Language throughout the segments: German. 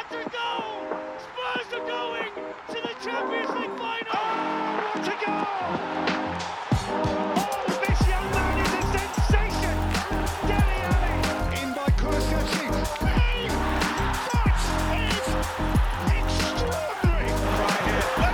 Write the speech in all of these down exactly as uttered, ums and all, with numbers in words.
to goal! Spurs are going to the Champions League final! Oh, what a goal! Oh, this young man is a sensation! Dele Alli! In by Kulusevski. Hey! That is extraordinary! Right here.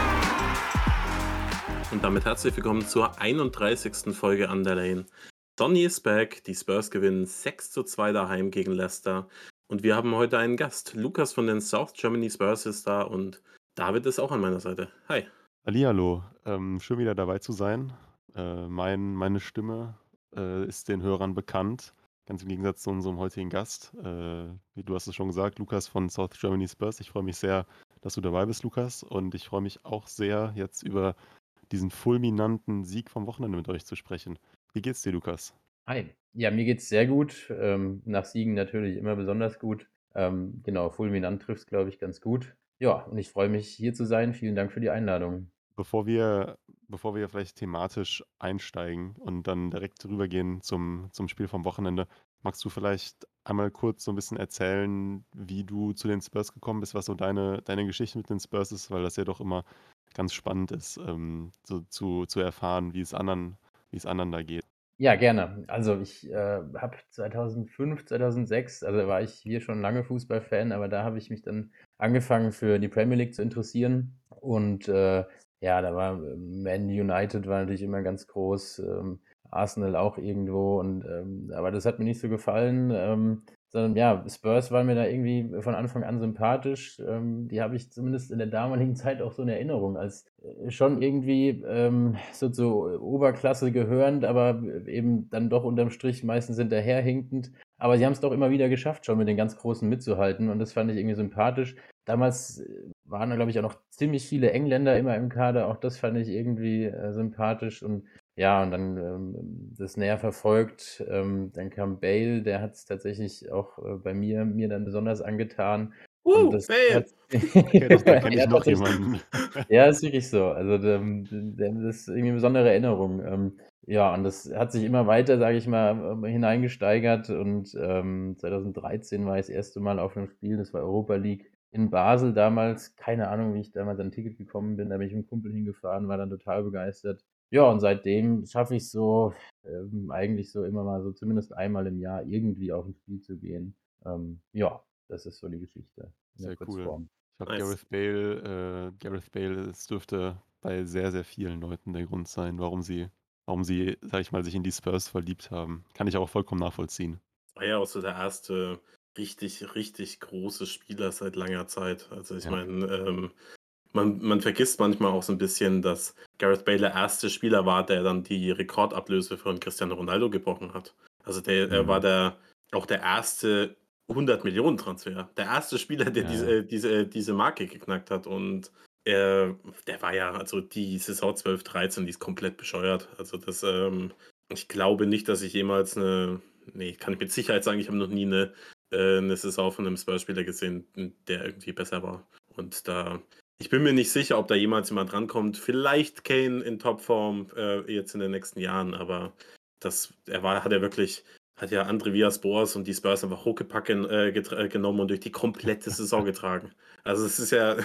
Lamela! Und damit herzlich willkommen zur einunddreißigsten Folge Under the Lane. Sonny ist back, die Spurs gewinnen sechs zu zwei daheim gegen Leicester. Und wir haben heute einen Gast. Lukas von den South Germany Spurs ist da und David ist auch an meiner Seite. Hi. Hallihallo, ähm, schön wieder dabei zu sein. Äh, mein, meine Stimme äh, ist den Hörern bekannt, ganz im Gegensatz zu unserem heutigen Gast. Äh, wie du hast es schon gesagt, Lukas von South Germany Spurs. Ich freue mich sehr, dass du dabei bist, Lukas. Und ich freue mich auch sehr, jetzt über diesen fulminanten Sieg vom Wochenende mit euch zu sprechen. Wie geht's dir, Lukas? Hi. Ja, mir geht's sehr gut. Ähm, nach Siegen natürlich immer besonders gut. Ähm, genau, fulminant trifft's, glaube ich, ganz gut. Ja, und ich freue mich, hier zu sein. Vielen Dank für die Einladung. Bevor wir, bevor wir vielleicht thematisch einsteigen und dann direkt rübergehen zum, zum Spiel vom Wochenende, magst du vielleicht einmal kurz so ein bisschen erzählen, wie du zu den Spurs gekommen bist, was so deine, deine Geschichte mit den Spurs ist, weil das ja doch immer ganz spannend ist, ähm, so zu, zu erfahren, wie es anderen, wie es anderen da geht. Ja, gerne. Also ich äh, habe zweitausendfünf, zweitausendsechs, also war ich hier schon lange Fußballfan, aber da habe ich mich dann angefangen für die Premier League zu interessieren. Und äh, ja, da war äh, Man United war natürlich immer ganz groß, ähm, Arsenal auch irgendwo. Und ähm, aber das hat mir nicht so gefallen. Ähm, sondern ja, Spurs waren mir da irgendwie von Anfang an sympathisch. Ähm, die habe ich zumindest in der damaligen Zeit auch so in Erinnerung als äh, schon irgendwie ähm, so zur Oberklasse gehörend, aber eben dann doch unterm Strich meistens hinterherhinkend. Aber sie haben es doch immer wieder geschafft, schon mit den ganz Großen mitzuhalten und das fand ich irgendwie sympathisch. Damals äh, waren da, glaube ich, auch noch ziemlich viele Engländer immer im Kader, auch das fand ich irgendwie äh, sympathisch und ja, und dann ähm, das näher verfolgt. Ähm, dann kam Bale, der hat es tatsächlich auch äh, bei mir, mir dann besonders angetan. Und Uh, das Bale! hat. Okay, doch, da kenne Ja, ich noch tatsächlich. jemanden. Ja, ist wirklich so. Also ähm, der- das ist irgendwie eine besondere Erinnerung. Ähm, ja, und das hat sich immer weiter, sage ich mal, ähm, hineingesteigert. Und ähm, zweitausenddreizehn war ich das erste Mal auf einem Spiel, das war Europa League in Basel damals. Keine Ahnung, wie ich damals an ein Ticket gekommen bin. Da bin ich mit einem Kumpel hingefahren, war dann total begeistert. Ja, und seitdem schaffe ich es so, ähm, eigentlich so immer mal so zumindest einmal im Jahr irgendwie auf ein Spiel zu gehen. Ähm, ja, das ist so die Geschichte in der Sehr cool. Kurzform. Ich glaube, Nice. Gareth Bale, äh, Gareth Bale, es dürfte bei sehr, sehr vielen Leuten der Grund sein, warum sie, warum sie, sag ich mal, sich in die Spurs verliebt haben. Kann ich auch vollkommen nachvollziehen. War ja auch so der erste richtig, richtig große Spieler seit langer Zeit. Also ich Ja. meine, ähm, man, man vergisst manchmal auch so ein bisschen, dass Gareth Bale der erste Spieler war, der dann die Rekordablöse von Cristiano Ronaldo gebrochen hat. Also der, er war Mhm. der auch der erste hundert-Millionen-Transfer. Der erste Spieler, der Ja, diese, ja. äh, diese, diese Marke geknackt hat. Und er, der war ja, also die Saison zwölf dreizehn, die ist komplett bescheuert. Also das, ähm, ich glaube nicht, dass ich jemals eine, nee, kann ich mit Sicherheit sagen, ich habe noch nie eine, äh, eine Saison von einem Spurs-Spieler gesehen, der irgendwie besser war. Und da, ich bin mir nicht sicher, ob da jemals jemand rankommt. Vielleicht Kane in Topform äh, jetzt in den nächsten Jahren, aber das, er war, hat er wirklich, hat ja André Villas-Boas und die Spurs einfach hochgepackt äh, getra- äh, genommen und durch die komplette Saison getragen. Also es ist ja,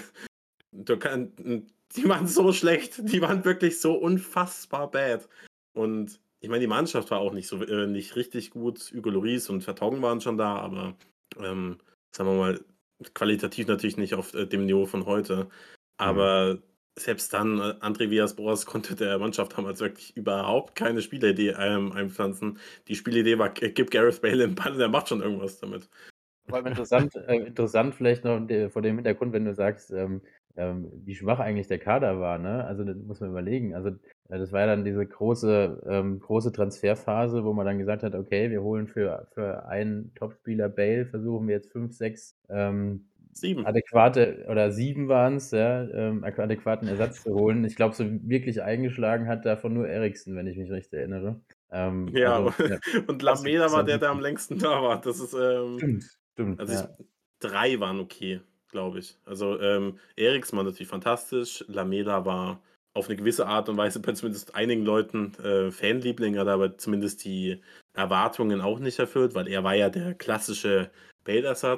du kann, die waren so schlecht, die waren wirklich so unfassbar bad. Und ich meine, die Mannschaft war auch nicht so äh, nicht richtig gut. Hugo Lloris und Vertonghen waren schon da, aber ähm, sagen wir mal, qualitativ natürlich nicht auf äh, dem Niveau von heute. Mhm. Aber selbst dann, äh, André Villas-Boas konnte der Mannschaft damals wirklich überhaupt keine Spielidee ähm, einpflanzen. Die Spielidee war, äh, gib Gareth Bale den Ball, der macht schon irgendwas damit. Vor allem interessant, äh, interessant vielleicht noch de- vor dem Hintergrund, wenn du sagst, ähm, ähm, wie schwach eigentlich der Kader war, ne? Also das muss man überlegen. Also äh, das war ja dann diese große, ähm, große Transferphase, wo man dann gesagt hat, okay, wir holen für, für einen Topspieler Bale, versuchen wir jetzt fünf, sechs ähm, Sieben. adäquate oder sieben waren es, ja, ähm, adäquaten Ersatz zu holen. Ich glaube, so wirklich eingeschlagen hat davon nur Eriksen, wenn ich mich recht erinnere. Ähm, Ja, also ja, und klasse, Lamela klasse war der, der am Entwicklung. längsten da war. Das ist, ähm, Stimmt, stimmt, also ja. ich, drei waren okay, glaube ich. Also ähm, Eriksen war natürlich fantastisch. Lamela war auf eine gewisse Art und Weise bei zumindest einigen Leuten äh, Fanliebling, hat aber zumindest die Erwartungen auch nicht erfüllt, weil er war ja der klassische Bale-Ersatz.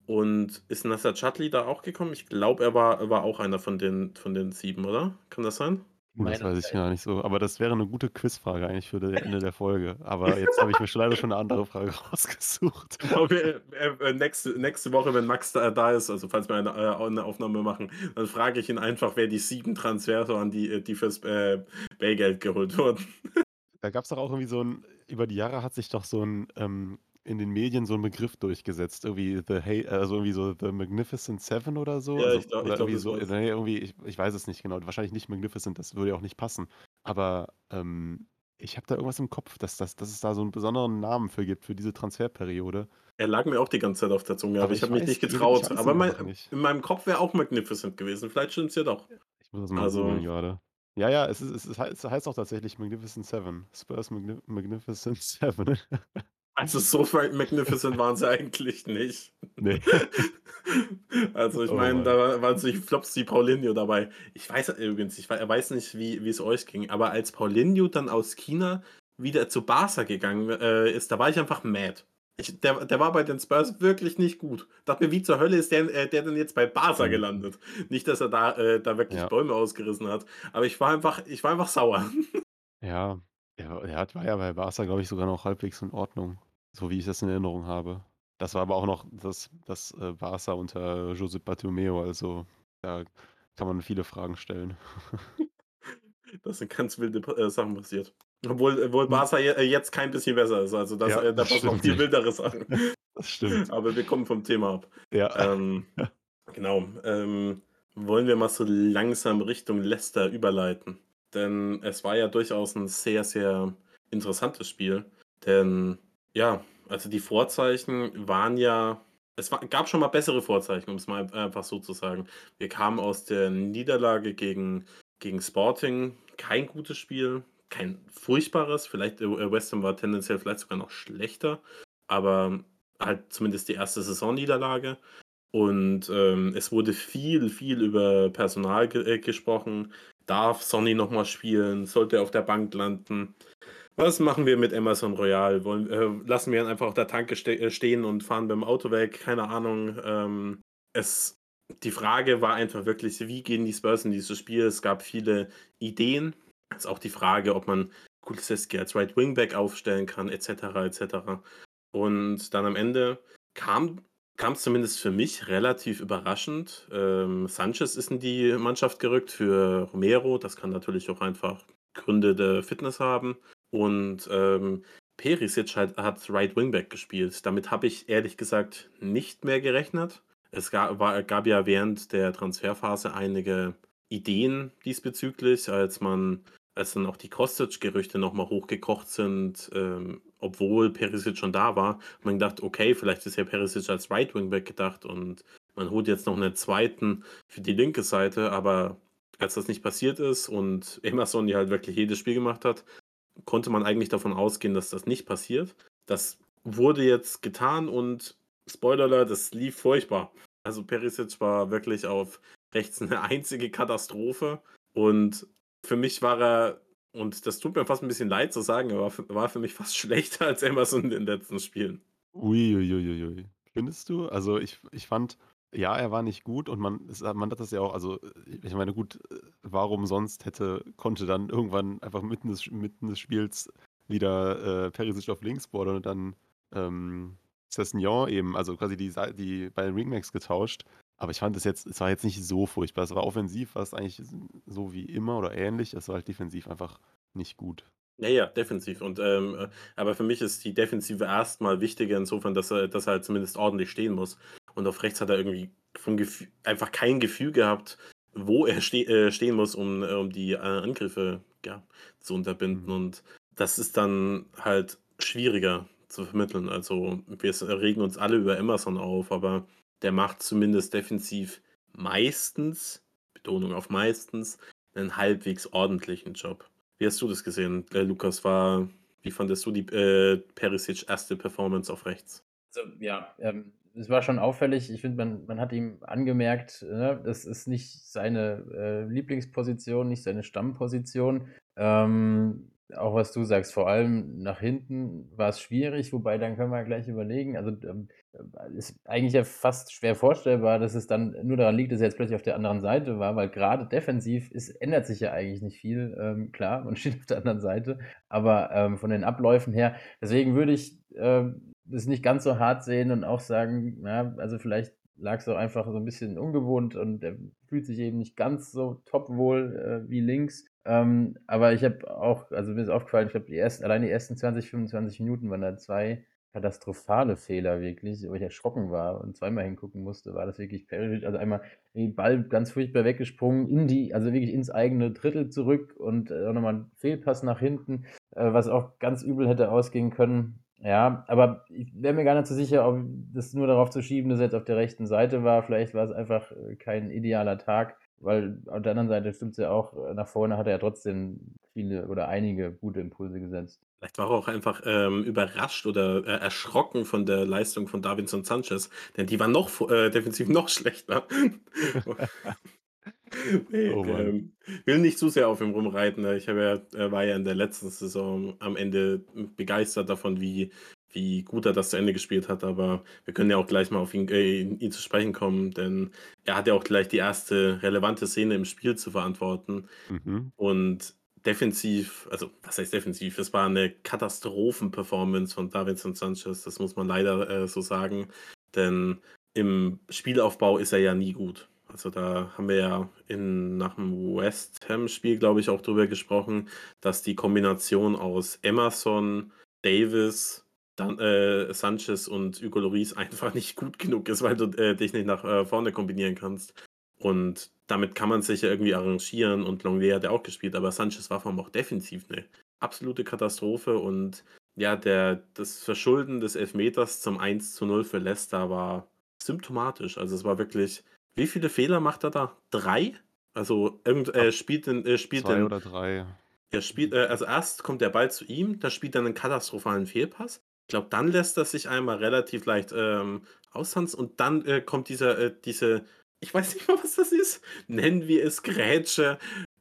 Und ist Nacer Chadli da auch gekommen? Ich glaube, er war er war auch einer von den von den sieben, oder? Kann das sein? Uh, das Meine weiß ich Zeit. gar nicht so. Aber das wäre 'ne gute Quizfrage eigentlich für de Ende der Folge. Aber jetzt habe ich mir schon leider schon 'ne andere Frage rausgesucht. Genau, wir äh, äh, nächste nächste Woche, wenn Max da da ist, also falls wir eine, äh, 'ne Aufnahme machen, dann frage ich ihn einfach, wer die sieben Transfers waren, die äh, die fürs, äh, Baygeld geholt wurden. Da gab's doch auch irgendwie so 'n über die Jahre hat sich doch so 'n, ähm in den Medien so 'n Begriff durchgesetzt, irgendwie the hey also irgendwie so The Magnificent Seven oder so, Ja, also ich glaube ich oder glaube, irgendwie das so, war's. ne, irgendwie, ich ich weiß es nicht genau. Wahrscheinlich nicht Magnificent, das würde ja auch nicht passen. Aber, ähm, ich habe da irgendwas im Kopf, dass das dass es da so 'n besonderen Namen für gibt, für diese Transferperiode. Er lag mir auch die ganze Zeit auf der Zunge, aber Aber ich ich habe mich weiß nicht irgendwie ich getraut. weiß Aber ihn mei einfach nicht. in meinem Kopf wäre auch Magnificent gewesen. Vielleicht stimmt's ja doch. Ich muss das mal Also googeln grade. Ja, ja, es ist es ist hei es heißt auch tatsächlich Magnificent Seven. Spurs Magni Magnificent Seven. Also, so ver magnificent waren sie eigentlich nicht. Ne. Also, ich Oh meine, Mann. da waren solche Flops wie Paulinho dabei. Ich weiß übrigens, ich wei weiß nicht, wie wie es euch ging, aber als Paulinho dann aus China wieder zu Barca gegangen, äh, ist, da war ich einfach mad. Ich der der war bei den Spurs wirklich nicht gut. Dachte mir: „Wie zur Hölle ist der äh, der denn jetzt bei Barca Mhm. gelandet?“ Nicht, dass er da äh, da wirklich Ja. Bäume ausgerissen hat, aber ich war einfach ich war einfach sauer. Ja, er er hat war ja bei Barca, glaube ich, sogar noch halbwegs in Ordnung, so wie ich das in Erinnerung habe. Das war aber auch noch das das, äh, Barca unter Josep Bartomeu, also da kann man viele Fragen stellen. Da sind ganz wilde p äh, Sachen passiert. Obwohl obwohl Hm. Barca je äh, jetzt kein bisschen besser ist. Also das Ja, äh, da das passieren noch stimmt. viel wildere Sachen. Das stimmt. Aber wir kommen vom Thema ab. Ja. Ähm, genau, ähm, wollen wir mal so langsam Richtung Leicester überleiten? Denn es war ja durchaus 'n sehr, sehr interessantes Spiel. Denn ja, also die Vorzeichen waren ja es war gab schon mal bessere Vorzeichen, um's mal einfach so zu sagen. Wir kamen aus der Niederlage gegen gegen Sporting. Kein gutes Spiel, kein furchtbares. Vielleicht, äh, äh, West Ham war tendenziell vielleicht sogar noch schlechter, aber halt zumindest die erste Saisonniederlage. Und, ähm, es wurde viel, viel über Personal ge äh, gesprochen. Darf Sonny noch mal spielen? Sollte er auf der Bank landen? Was machen wir mit Emerson Royal? Wollen äh, lassen wir ihn einfach auf der Tanke ste äh, stehen und fahren mit'm Auto weg? Keine Ahnung. Ähm, es die Frage war einfach wirklich: Wie gehen die Spurs in dieses Spiel? Es gab viele Ideen. Ist auch die Frage, ob man Kulusewski als Right Wingback aufstellen kann et cetera, et cetera. Und dann am Ende kam kam's zumindest für mich relativ überraschend. Ähm, Sanchez ist in die Mannschaft gerückt für Romero. Das kann natürlich auch einfach Gründe der Fitness haben. Und, ähm, Perisic hat hat Right Wingback gespielt. Damit habe ich ehrlich gesagt nicht mehr gerechnet. Es ga war gab ja während der Transferphase einige Ideen diesbezüglich, als man als dann auch die Kostic-Gerüchte noch mal hochgekocht sind, ähm, obwohl Perisic schon da war, hat man gedacht: „Okay, vielleicht ist ja Perisic als Right Wingback gedacht und man holt jetzt noch 'nen zweiten für die linke Seite.“ Aber als das nicht passiert ist und Emerson ja halt wirklich jedes Spiel gemacht hat, konnte man eigentlich davon ausgehen, dass das nicht passiert. Das wurde jetzt getan und Spoiler Alert, es lief furchtbar. Also, Perisic war wirklich auf rechts 'ne einzige Katastrophe und für mich war er und das tut mir fast 'n bisschen leid zu sagen, er war f war für mich fast schlechter als Emerson in den letzten Spielen. Ui, ui, ui, ui, ui. Findest du? Also, ich ich fand, ja, er war nicht gut und man es man hat das ja auch also, äh, ich meine, gut, äh, warum sonst hätte konnte dann irgendwann einfach mitten des mitten des Spiels wieder, äh, Perisic auf links fordern und dann, ähm, Sessegnon eben, also quasi die Sei die beiden Wingbacks getauscht. Aber ich fand es jetzt es war jetzt nicht so furchtbar. Es war offensiv war's eigentlich s so wie immer oder ähnlich. Es war halt defensiv einfach nicht gut. Ja, ja, defensiv und, ähm, äh aber für mich ist die Defensive erst mal wichtiger insofern, dass er dass er halt zumindest ordentlich stehen muss. Und auf rechts hat er irgendwie vom Gefü einfach kein Gefühl gehabt, wo er ste äh, stehen muss, um äh, um die, äh, Angriffe, ja, zu unterbinden. Mhm. Und das ist dann halt schwieriger zu vermitteln. Also, wir s regen uns alle über Emerson auf, aber der macht zumindest defensiv meistens, Betonung auf meistens, 'nen halbwegs ordentlichen Job. Wie hast du das gesehen, äh, Lukas? War wie fandest du die, äh, Perisic erste Performance auf rechts? Also, ja, ähm, es war schon auffällig. Ich finde, man man hat ihm angemerkt, ne, das ist nicht seine, äh, Lieblingsposition, nicht seine Stammposition. Ähm, auch was du sagst, vor allem nach hinten war es schwierig, wobei dann können wir gleich überlegen. Also, ähm, äh, ist eigentlich ja fast schwer vorstellbar, dass es dann nur daran liegt, dass er jetzt plötzlich auf der anderen Seite war, weil gerade defensiv ist ändert sich ja eigentlich nicht viel. Ähm, klar, man steht auf der anderen Seite, aber, ähm, von den Abläufen her deswegen würde ich, ähm, das nicht ganz so hart sehen und auch sagen, ja, also vielleicht lag es auch einfach so ein bisschen ungewohnt und er fühlt sich eben nicht ganz so top wohl, äh, wie links. Ähm, aber ich habe auch also mir ist aufgefallen, ich glaube, die ersten allein die ersten zwanzig, fünfundzwanzig Minuten waren da zwei katastrophale Fehler wirklich, wo ich erschrocken war und zweimal hingucken musste, war das wirklich Perisic, also einmal den Ball ganz furchtbar weggesprungen in die also wirklich ins eigene Drittel zurück und, äh, auch noch mal 'n Fehlpass nach hinten, äh, was auch ganz übel hätte ausgehen können. Ja, aber ich wäre mir gar nicht so sicher, ob das nur darauf zu schieben, dass er jetzt auf der rechten Seite war. Vielleicht war es einfach, äh, kein idealer Tag, weil auf der anderen Seite stimmt's ja auch, äh, nach vorne hat er ja trotzdem viele oder einige gute Impulse gesetzt. Vielleicht war er auch einfach, ähm, überrascht oder, äh, erschrocken von der Leistung von Davinson Sanchez, denn die war noch vo äh, defensiv noch schlechter. Ne, Oh Mann. ähm, will nicht zu sehr auf ihm rumreiten, ne? Ich habe ja äh, war ja in der letzten Saison am Ende begeistert davon, wie wie gut er das zu Ende gespielt hat, aber wir können ja auch gleich mal auf ihn äh, ihn zu sprechen kommen, denn er hat ja auch gleich die erste relevante Szene im Spiel zu verantworten. Mhm. Und defensiv, also was heißt defensiv? Es war eine Katastrophen-Performance von Davinson Sanchez, das muss man leider, äh, so sagen, denn im Spielaufbau ist er ja nie gut. Also, da haben wir ja in nach dem West Ham-Spiel, glaube ich, auch drüber gesprochen, dass die Kombination aus Emerson, Davis, dann, äh, Sanchez und Hugo Lloris einfach nicht gut genug ist, weil du, äh, dich nicht nach, äh, vorne kombinieren kannst. Und damit kann man sich ja irgendwie arrangieren und Longley hat ja auch gespielt, aber Sanchez war vor allem auch defensiv eine absolute Katastrophe und ja, der das Verschulden des Elfmeters zum eins zu null für Leicester war symptomatisch. Also, es war wirklich wie viele Fehler macht er da? Drei. Also, irgend Ab er spielt den er spielt zwei den oder drei. er spielt äh, also erst kommt der Ball zu ihm, da spielt er 'nen katastrophalen Fehlpass. Ich glaube, dann lässt er sich einmal relativ leicht, ähm, austanzen und dann, äh, kommt dieser äh, diese ich weiß nicht mal, was das ist, nennen wir es Grätsche,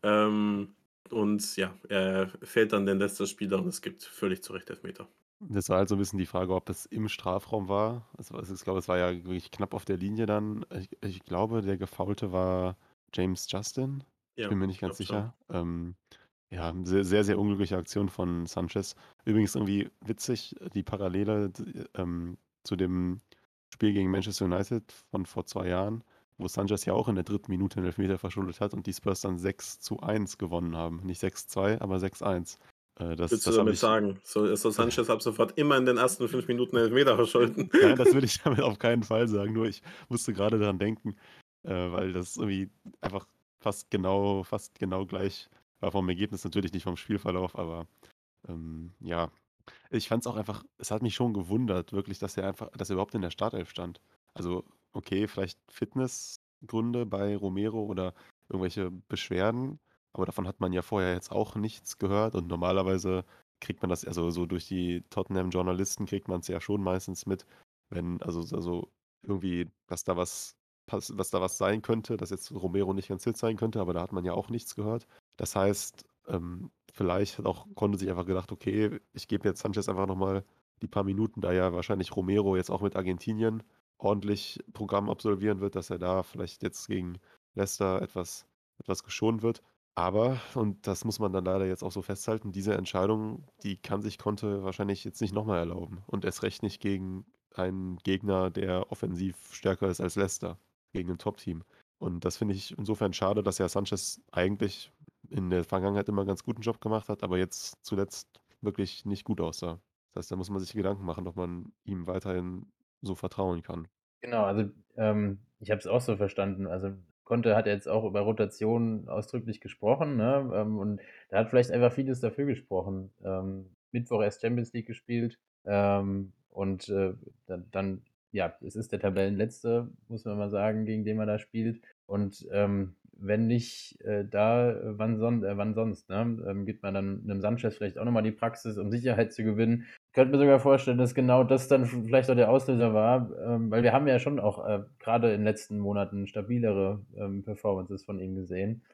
ähm, und ja, er fällt dann den letzten Spieler und es gibt völlig zu Recht Elfmeter. Das war halt so 'n bisschen die Frage, ob es im Strafraum war. Es war ich glaube, es war ja wirklich knapp auf der Linie dann. Ich ich glaube, der Gefoulte war James Justin. Ich Ja, bin mir nicht ich ganz glaube schon. sicher. Ähm, ja, sehr, sehr, sehr unglückliche Aktion von Sanchez. Übrigens irgendwie witzig, die Parallele, d ähm, zu dem Spiel gegen Manchester United von vor zwei Jahren, wo Sanchez ja auch in der dritten Minute 'n Elfmeter verschuldet hat und die Spurs dann sechs zu eins gewonnen haben. Nicht sechs zwei, aber sechs eins. Äh, das Willst du das habe damit ich sagen, soll soll Sanchez ab sofort immer in den ersten fünf Minuten Elfmeter verschulden? Nein, das will ich damit auf keinen Fall sagen. Nur ich musste gerade daran denken, äh, weil das irgendwie einfach fast genau fast genau gleich war vom Ergebnis, natürlich nicht vom Spielverlauf, aber, ähm, ja. Ich fand es auch einfach es hat mich schon gewundert wirklich, dass er einfach dass er überhaupt in der Startelf stand. Also, okay, vielleicht Fitnessgründe bei Romero oder irgendwelche Beschwerden, aber davon hat man ja vorher jetzt auch nichts gehört und normalerweise kriegt man das also, so durch die Tottenham-Journalisten kriegt man's ja schon meistens mit, wenn also, so so irgendwie, dass da was pass dass da was sein könnte, dass jetzt Romero nicht ganz fit sein könnte, aber da hat man ja auch nichts gehört. Das heißt, ähm, vielleicht hat auch Conte sich einfach gedacht: „Okay, ich gebe jetzt Sanchez einfach noch mal die paar Minuten“, da ja wahrscheinlich Romero jetzt auch mit Argentinien ordentlich Programm absolvieren wird, dass er da vielleicht jetzt gegen Leicester etwas etwas geschont wird. Aber, und das muss man dann leider jetzt auch so festhalten, diese Entscheidung, die kann sich Conte wahrscheinlich jetzt nicht noch mal erlauben und erst recht nicht gegen einen Gegner, der offensiv stärker ist als Leicester, gegen 'n Top-Team. Und das finde ich insofern schade, dass ja Sanchez eigentlich in der Vergangenheit immer ganz guten Job gemacht hat, aber jetzt zuletzt wirklich nicht gut aussah. Das heißt, da muss man sich Gedanken machen, ob man ihm weiterhin so vertrauen kann. Genau, also, ähm, ich habe es auch so verstanden. Also, Conte hat jetzt auch über Rotation ausdrücklich gesprochen, ne? Ähm, und da hat vielleicht einfach vieles dafür gesprochen. Ähm, Mittwoch erst Champions League gespielt, ähm, und, äh, dann dann ja, es ist der Tabellenletzte, muss man mal sagen, gegen den man da spielt. Und, ähm, wenn nicht, äh, da, äh, wann son äh, wann sonst, ne? Ähm, gibt man dann 'nem Sanchez vielleicht auch noch mal die Praxis, um Sicherheit zu gewinnen. Ich könnte mir sogar vorstellen, dass genau das dann v vielleicht auch der Auslöser war, ähm, weil wir haben ja schon auch, äh, grade in den letzten Monaten stabilere, ähm, Performances von ihm gesehen.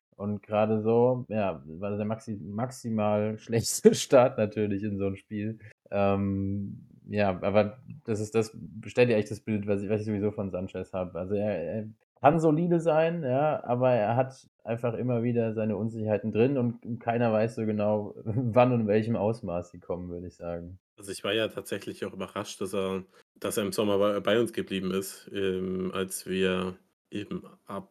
Und gerade so, ja, war der maxi maximal schlechteste Start natürlich in so ein Spiel. Ähm, ja, aber das ist das bestätigt eigentlich das Bild, was ich was ich sowieso von Sanchez habe. Also, er er kann solide sein, ja, aber er hat einfach immer wieder seine Unsicherheiten drin und keiner weiß so genau, wann und in welchem Ausmaß sie kommen, würde ich sagen. Also, ich war ja tatsächlich auch überrascht, dass er dass er im Sommer bei bei uns geblieben ist, ähm, als wir im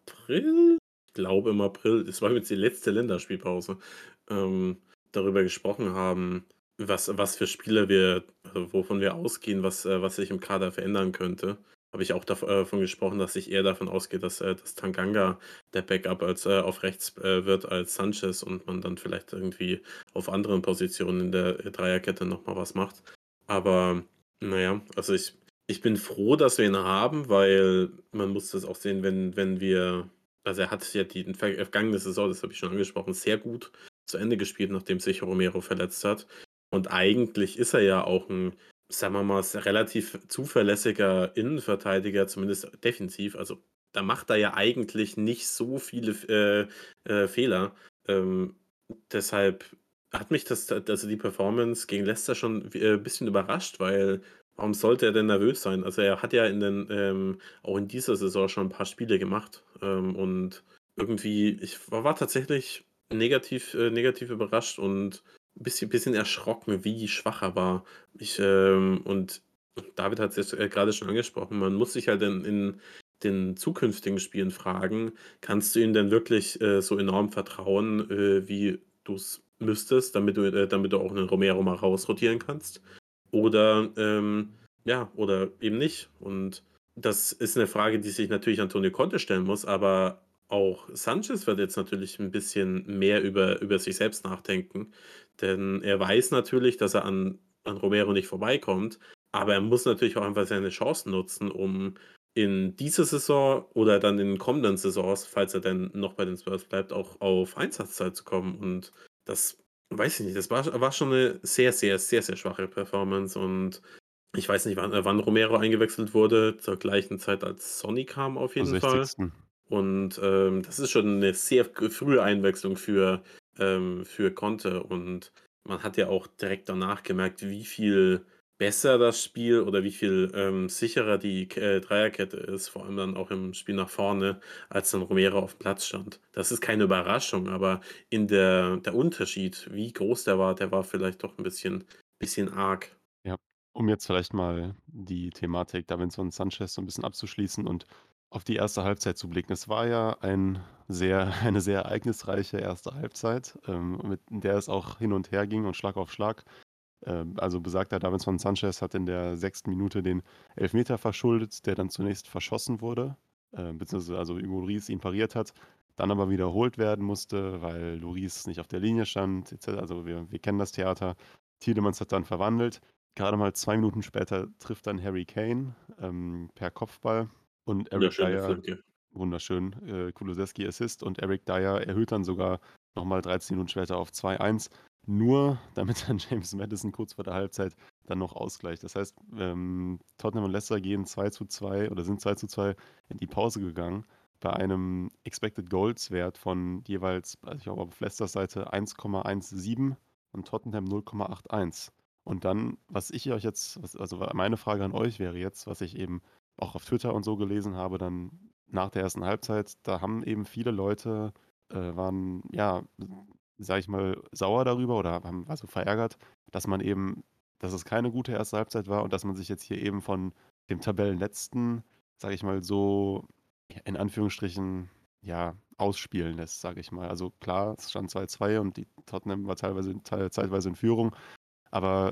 April ich glaube im April, das war jetzt die letzte Länderspielpause, ähm, darüber gesprochen haben, was was für Spieler wir also, wovon wir ausgehen, was äh, was sich im Kader verändern könnte. Habe ich auch dav äh, davon gesprochen, dass ich eher davon ausgehe, dass äh, dass Tanganga der Backup als äh, auf rechts, äh, wird als Sanchez und man dann vielleicht irgendwie auf anderen Positionen in der äh, Dreierkette noch mal was macht. Aber na ja, also ich ich bin froh, dass wir ihn haben, weil man muss das auch sehen, wenn wenn wir also er hat ja die ver vergangene Saison, das habe ich schon angesprochen, sehr gut zu Ende gespielt, nachdem sich Romero verletzt hat. Und eigentlich ist er ja auch ein, sagen wir mal, s relativ zuverlässiger Innenverteidiger, zumindest defensiv. Also, da macht er ja eigentlich nicht so viele F äh, äh, Fehler. Ähm, Deshalb hat mich das also die Performance gegen Leicester schon w äh, bisschen überrascht, weil warum sollte er denn nervös sein? Also, er hat ja in den ähm, auch in dieser Saison schon ein paar Spiele gemacht, ähm, und irgendwie ich war war tatsächlich negativ äh, negativ überrascht und ein bisschen bisschen erschrocken, wie schwach er war. Ich, ähm und David hat es jetzt, äh, grade schon angesprochen, man muss sich halt in in den zukünftigen Spielen fragen: „Kannst du ihm denn wirklich, äh, so enorm vertrauen, äh, wie du's müsstest, damit du äh, damit du auch 'nen Romero mal rausrotieren kannst?“ Oder, ähm ja, oder eben nicht. Und das ist eine Frage, die sich natürlich Antonio Conte stellen muss, aber auch Sanchez wird jetzt natürlich ein bisschen mehr über über sich selbst nachdenken, denn er weiß natürlich, dass er an an Romero nicht vorbeikommt, aber er muss natürlich auch einfach seine Chancen nutzen, um in dieser Saison oder dann in den kommenden Saisons, falls er denn noch bei den Spurs bleibt, auch auf Einsatzzeit zu kommen. Und das weiß ich nicht, das war war schon eine sehr, sehr, sehr, sehr schwache Performance und ich weiß nicht, wann äh, wann Romero eingewechselt wurde, zur gleichen Zeit, als Sonny kam auf Zur jeden Fall. sechzigsten. Und, ähm, das ist schon eine sehr g frühe Einwechslung für ähm, für Conte und man hat ja auch direkt danach gemerkt, wie viel besser das Spiel oder wie viel, ähm, sicherer die K äh, Dreierkette ist, vor allem dann auch im Spiel nach vorne, als dann Romero auf dem Platz stand. Das ist keine Überraschung, aber in der der Unterschied, wie groß der war, der war vielleicht doch ein bisschen bisschen arg. Ja, um jetzt vielleicht mal die Thematik Davinson Sanchez so ein bisschen abzuschließen und auf die erste Halbzeit zu blicken. Es war ja ein sehr eine sehr ereignisreiche erste Halbzeit, ähm, mit in der es auch hin und her ging und Schlag auf Schlag. Ähm, also besagter Davinson Sanchez hat in der sechsten Minute den Elfmeter verschuldet, der dann zunächst verschossen wurde, äh, beziehungsweise also Hugo Lloris ihn pariert hat, dann aber wiederholt werden musste, weil Lloris nicht auf der Linie stand et cetera. Also wir wir kennen das Theater. Tielemans hat dann verwandelt. Gerade mal zwei Minuten später trifft dann Harry Kane, ähm, per Kopfball und Eric Wunderschöne Dier Flanke. wunderschön, äh, Kulusewski Assist und Eric Dier erhöht dann sogar noch mal dreizehn Minuten später auf zwei eins, nur damit dann James Maddison kurz vor der Halbzeit dann noch ausgleicht. Das heißt, ähm, Tottenham und Leicester gehen zwei zu zwei oder sind zwei zu zwei in die Pause gegangen bei einem Expected Goals Wert von jeweils, also ich glaube auf Leicesters Seite eins Komma siebzehn und Tottenham null Komma einundachtzig. Und dann, was ich euch jetzt, was, also meine Frage an euch wäre jetzt, was ich eben auch auf Twitter und so gelesen habe, dann nach der ersten Halbzeit, da haben eben viele Leute, äh, waren, ja, sage ich mal, sauer darüber oder haben, also verärgert, dass man eben, dass es keine gute erste Halbzeit war und dass man sich jetzt hier eben von dem Tabellenletzten, sage ich mal, so ja, in Anführungsstrichen, ja, ausspielen lässt, sage ich mal. Also klar, es stand zwei zwei und die Tottenham war teilweise, teil- zeitweise in Führung, aber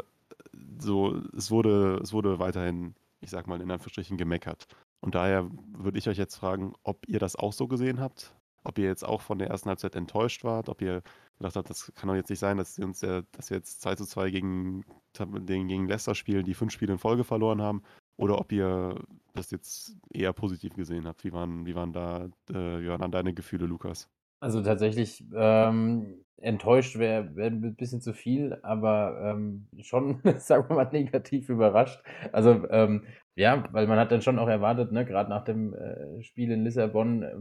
so, es wurde, es wurde weiterhin, ich sag mal, in Anführungsstrichen gemeckert. Und daher würde ich euch jetzt fragen, ob ihr das auch so gesehen habt, ob ihr jetzt auch von der ersten Halbzeit enttäuscht wart, ob ihr gedacht habt, das kann doch jetzt nicht sein, dass wir uns der, dass wir jetzt zwei zu zwei gegen, den, gegen Leicester spielen, die fünf Spiele in Folge verloren haben, oder ob ihr das jetzt eher positiv gesehen habt. Wie waren, wie waren da, äh, wie waren dann deine Gefühle, Lukas? Also tatsächlich, ähm, enttäuscht wäre wär 'n bisschen zu viel, aber, ähm, schon, sagen wir mal, negativ überrascht. Also, ähm, ja, weil man hat dann schon auch erwartet, ne, grad nach dem, äh, Spiel in Lissabon, ähm,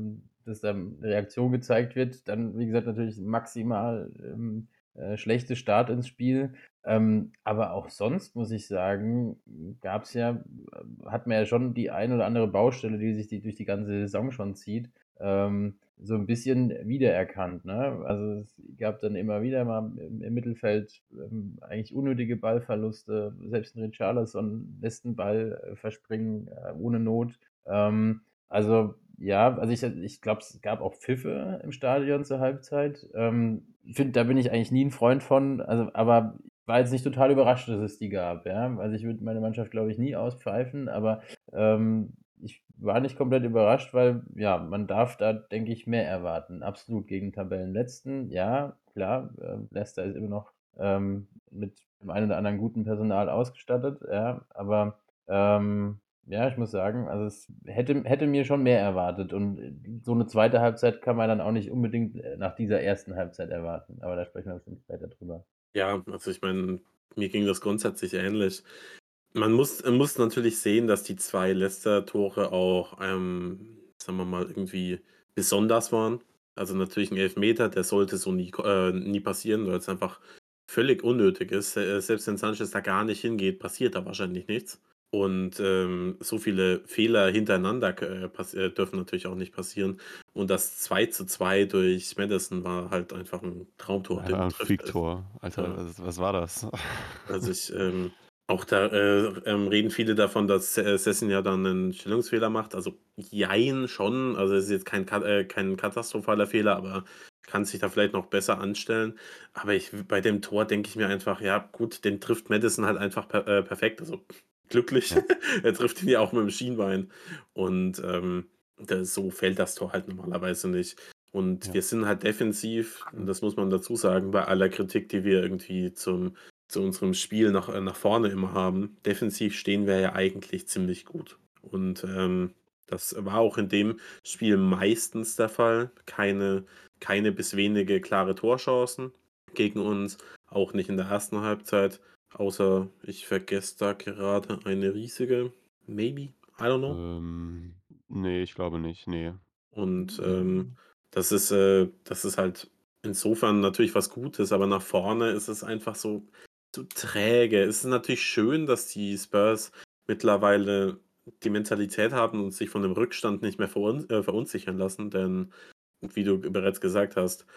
dass da 'ne Reaktion gezeigt wird. Dann, wie gesagt, natürlich maximal, ähm, äh, schlechte Start ins Spiel. Ähm, aber auch sonst muss ich sagen, gab's ja äh, hat man ja schon die ein oder andere Baustelle, die sich die durch die ganze Saison schon zieht, ähm, so 'n bisschen wiedererkannt, ne? Also, es gab dann immer wieder mal im im Mittelfeld, ähm, eigentlich unnötige Ballverluste. Selbst 'n Richarlison lässt 'n Ball, äh, verspringen, äh, ohne Not. Ähm, also, ja, also ich ich glaube, es gab auch Pfiffe im Stadion zur Halbzeit. Ähm, finde, da bin ich eigentlich nie 'n Freund von, also aber ich war jetzt nicht total überrascht, dass es die gab, ja? Also, ich würde meine Mannschaft, glaube ich, nie auspfeifen, aber, ähm, ich war nicht komplett überrascht, weil, ja, man darf da, denke ich, mehr erwarten. Absolut gegen Tabellenletzten, ja, klar, äh, Leicester ist immer noch, ähm, mit dem einen oder anderen guten Personal ausgestattet, ja, aber, ähm, ja, ich muss sagen, also es hätte hätte mir schon mehr erwartet und, äh, so 'ne zweite Halbzeit kann man dann auch nicht unbedingt, äh, nach dieser ersten Halbzeit erwarten, aber da sprechen wir bestimmt später drüber. Ja, also ich meine, mir ging das grundsätzlich ähnlich. Man muss äh, muss natürlich sehen, dass die zwei Leicester-Tore auch, ähm, sagen wir mal, irgendwie besonders waren. Also natürlich 'n Elfmeter, der sollte so nie ko äh, nie passieren, weil's einfach völlig unnötig ist. Äh, selbst wenn Sanchez da gar nicht hingeht, passiert da wahrscheinlich nichts. Und, ähm, so viele Fehler hintereinander k äh, pass äh, dürfen natürlich auch nicht passieren. Und das zwei zu zwei durch Maddison war halt einfach 'n Traumtor, Ja, war den 'n trifft er Freaktor. Alter, ja. was was war das? Also ich, ähm auch da, äh, ähm, reden viele davon, dass Se äh, Sessignon dann 'nen Stellungsfehler macht. Also, jein, schon. Also, es ist jetzt kein Ka äh, kein katastrophaler Fehler, aber kann sich da vielleicht noch besser anstellen. Aber ich w bei dem Tor denke ich mir einfach: „Ja gut, den trifft Maddison halt einfach per äh, perfekt.“ Also, glücklich. Ja. Er trifft ihn ja auch mit'm Schienbein. Und, ähm, da so fällt das Tor halt normalerweise nicht. Und Ja. wir sind halt defensiv, und das muss man dazu sagen, bei aller Kritik, die wir irgendwie zum zu unserem Spiel nach äh, nach vorne immer haben. Defensiv stehen wir ja eigentlich ziemlich gut. Und, ähm, das war auch in dem Spiel meistens der Fall. Keine keine bis wenige klare Torchancen gegen uns, auch nicht in der ersten Halbzeit, außer ich vergesse da gerade eine riesige. Maybe? I don't know. Ähm, ne, ich glaube nicht, ne. Und, ähm, das ist äh, das ist halt insofern natürlich was Gutes, aber nach vorne ist es einfach so so träge. Es ist natürlich schön, dass die Spurs mittlerweile die Mentalität haben und sich von dem Rückstand nicht mehr verun äh, verunsichern lassen, denn wie du g bereits gesagt hast,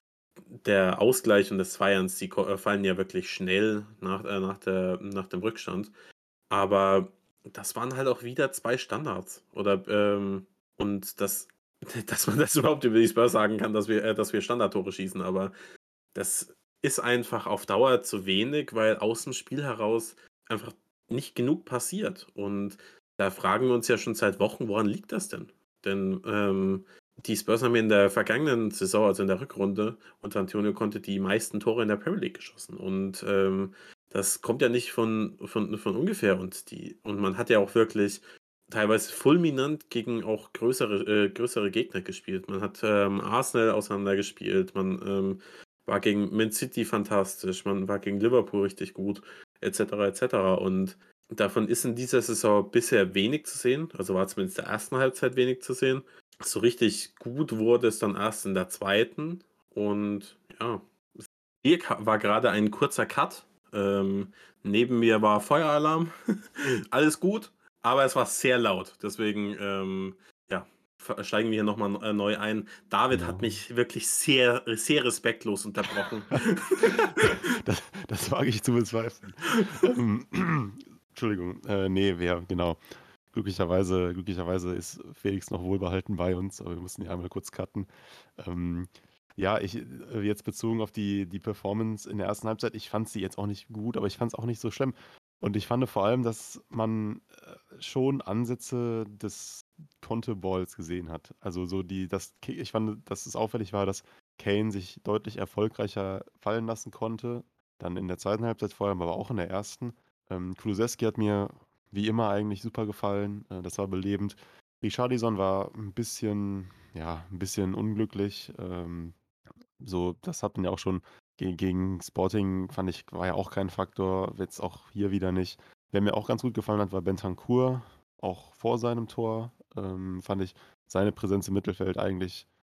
der Ausgleich und das zwei eins, die ko äh, fallen ja wirklich schnell nach äh, nach der nach dem Rückstand. Aber das waren halt auch wieder zwei Standards oder, ähm und dass dass man das überhaupt über die Spurs sagen kann, dass wir äh, dass wir Standardtore schießen, aber das ist einfach auf Dauer zu wenig, weil aus'm Spiel heraus einfach nicht genug passiert. Und da fragen wir uns ja schon seit Wochen: „Woran liegt das denn?“ Denn, ähm, die Spurs haben ja in der vergangenen Saison, also in der Rückrunde, unter Antonio Conte die meisten Tore in der Premier League geschossen. Und, ähm, das kommt ja nicht von von von ungefähr. Und die und man hat ja auch wirklich teilweise fulminant gegen auch größere äh, größere Gegner gespielt. Man hat, ähm, Arsenal auseinandergespielt, man, ähm, war gegen Man City fantastisch, man war gegen Liverpool richtig gut, et cetera, et cetera. Und davon ist in dieser Saison bisher wenig zu sehen, also war zumindest in der ersten Halbzeit wenig zu sehen. So richtig gut wurde es dann erst in der zweiten und ja, es hier ka war grade ein kurzer Cut. Ähm, neben mir war Feueralarm. Alles gut, aber es war sehr laut. Deswegen, ähm, ja, f steigen wir hier noch mal n äh, neu ein. David hat Genau. mich wirklich sehr sehr respektlos unterbrochen. Das das wage ich zu bezweifeln. Ähm, Entschuldigung, äh, ne, wir genau. Glücklicherweise glücklicherweise ist Felix noch wohlbehalten bei uns, aber wir mussten hier einmal kurz cutten. Ähm, ja, ich äh, jetzt bezogen auf die die Performance in der ersten Halbzeit, ich fand sie jetzt auch nicht gut, aber ich fand's auch nicht so schlimm. Und ich fande vor allem, dass man, äh, schon Ansätze des Conte-Balls gesehen hat. Also so die das Ki ich fand, dass es auffällig war, dass Kane sich deutlich erfolgreicher fallen lassen konnte, dann in der zweiten Halbzeit vor allem, aber auch in der ersten. Ähm, Kulusewski hat mir wie immer eigentlich super gefallen, äh, das war belebend. Richarlison war 'n bisschen ja, 'n bisschen unglücklich. Ähm, so, das hat man ja auch schon ge gegen Sporting fand ich, war ja auch kein Faktor, jetzt auch hier wieder nicht. Wer mir auch ganz gut gefallen hat, war Bentancur, auch vor seinem Tor, ähm, fand ich seine Präsenz im Mittelfeld eigentlich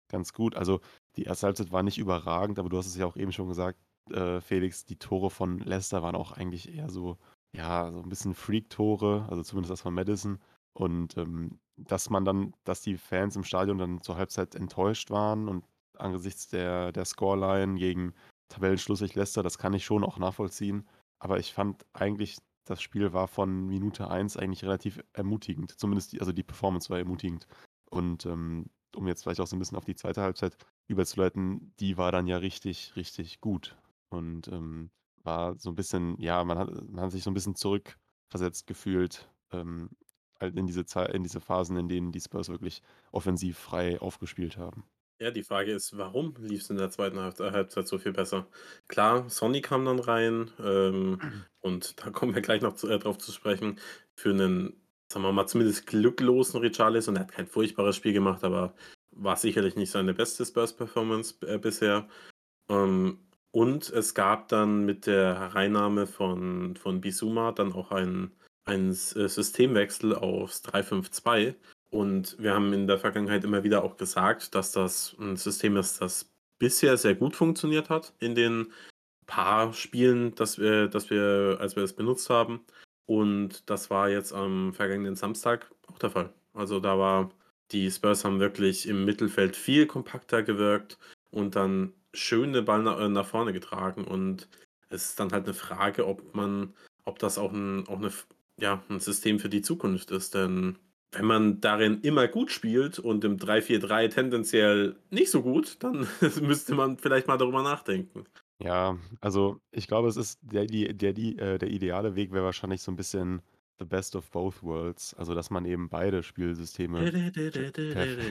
ganz gut. Also die erste Halbzeit war nicht überragend, aber du hast es ja auch eben schon gesagt, äh, Felix, die Tore von Leicester waren auch eigentlich eher so, ja, so ein bisschen Freak-Tore, also zumindest das von Madison. Und ähm, dass man dann, dass die Fans im Stadion dann zur Halbzeit enttäuscht waren und angesichts der, der Scoreline gegen Tabellenschlusslicht Leicester, das kann ich schon auch nachvollziehen. Aber ich fand eigentlich, das Spiel war von Minute eins eigentlich relativ ermutigend. Zumindest die, also die Performance war ermutigend. Und ähm, um jetzt vielleicht auch so ein bisschen auf die zweite Halbzeit überzuleiten, die war dann ja richtig, richtig gut. Und ähm, war so ein bisschen, ja, man hat, man hat sich so ein bisschen zurückversetzt gefühlt, ähm, halt in diese Zeit, in diese Phasen, in denen die Spurs wirklich offensiv frei aufgespielt haben. Ja, die Frage ist, warum lief es in der zweiten Halb Halbzeit so viel besser? Klar, Sonny kam dann rein, ähm, und da kommen wir gleich noch zu, äh, drauf zu sprechen, für einen, sagen wir mal, zumindest glücklosen Richarlison. Er hat kein furchtbares Spiel gemacht, aber war sicherlich nicht seine beste Spurs-Performance äh, bisher. Ähm, und es gab dann mit der Hereinnahme von, von Bissouma dann auch einen, einen S- äh, Systemwechsel aufs drei fünf zwei. Und wir haben in der Vergangenheit immer wieder auch gesagt, dass das ein System ist, das bisher sehr gut funktioniert hat in den paar Spielen, dass wir, dass wir, als wir es benutzt haben. Und das war jetzt am vergangenen Samstag auch der Fall. Also da war, die Spurs haben wirklich im Mittelfeld viel kompakter gewirkt und dann schön den Ball nach, äh, nach vorne getragen. Und es ist dann halt eine Frage, ob man, ob das auch ein, auch eine, ja, ein System für die Zukunft ist. Denn wenn man darin immer gut spielt und im drei vier drei tendenziell nicht so gut, dann müsste man vielleicht mal darüber nachdenken. Ja, also ich glaube, es ist der, die, der, die, äh, der ideale Weg wäre wahrscheinlich so ein bisschen the best of both worlds. Also, dass man eben beide Spielsysteme per- perf-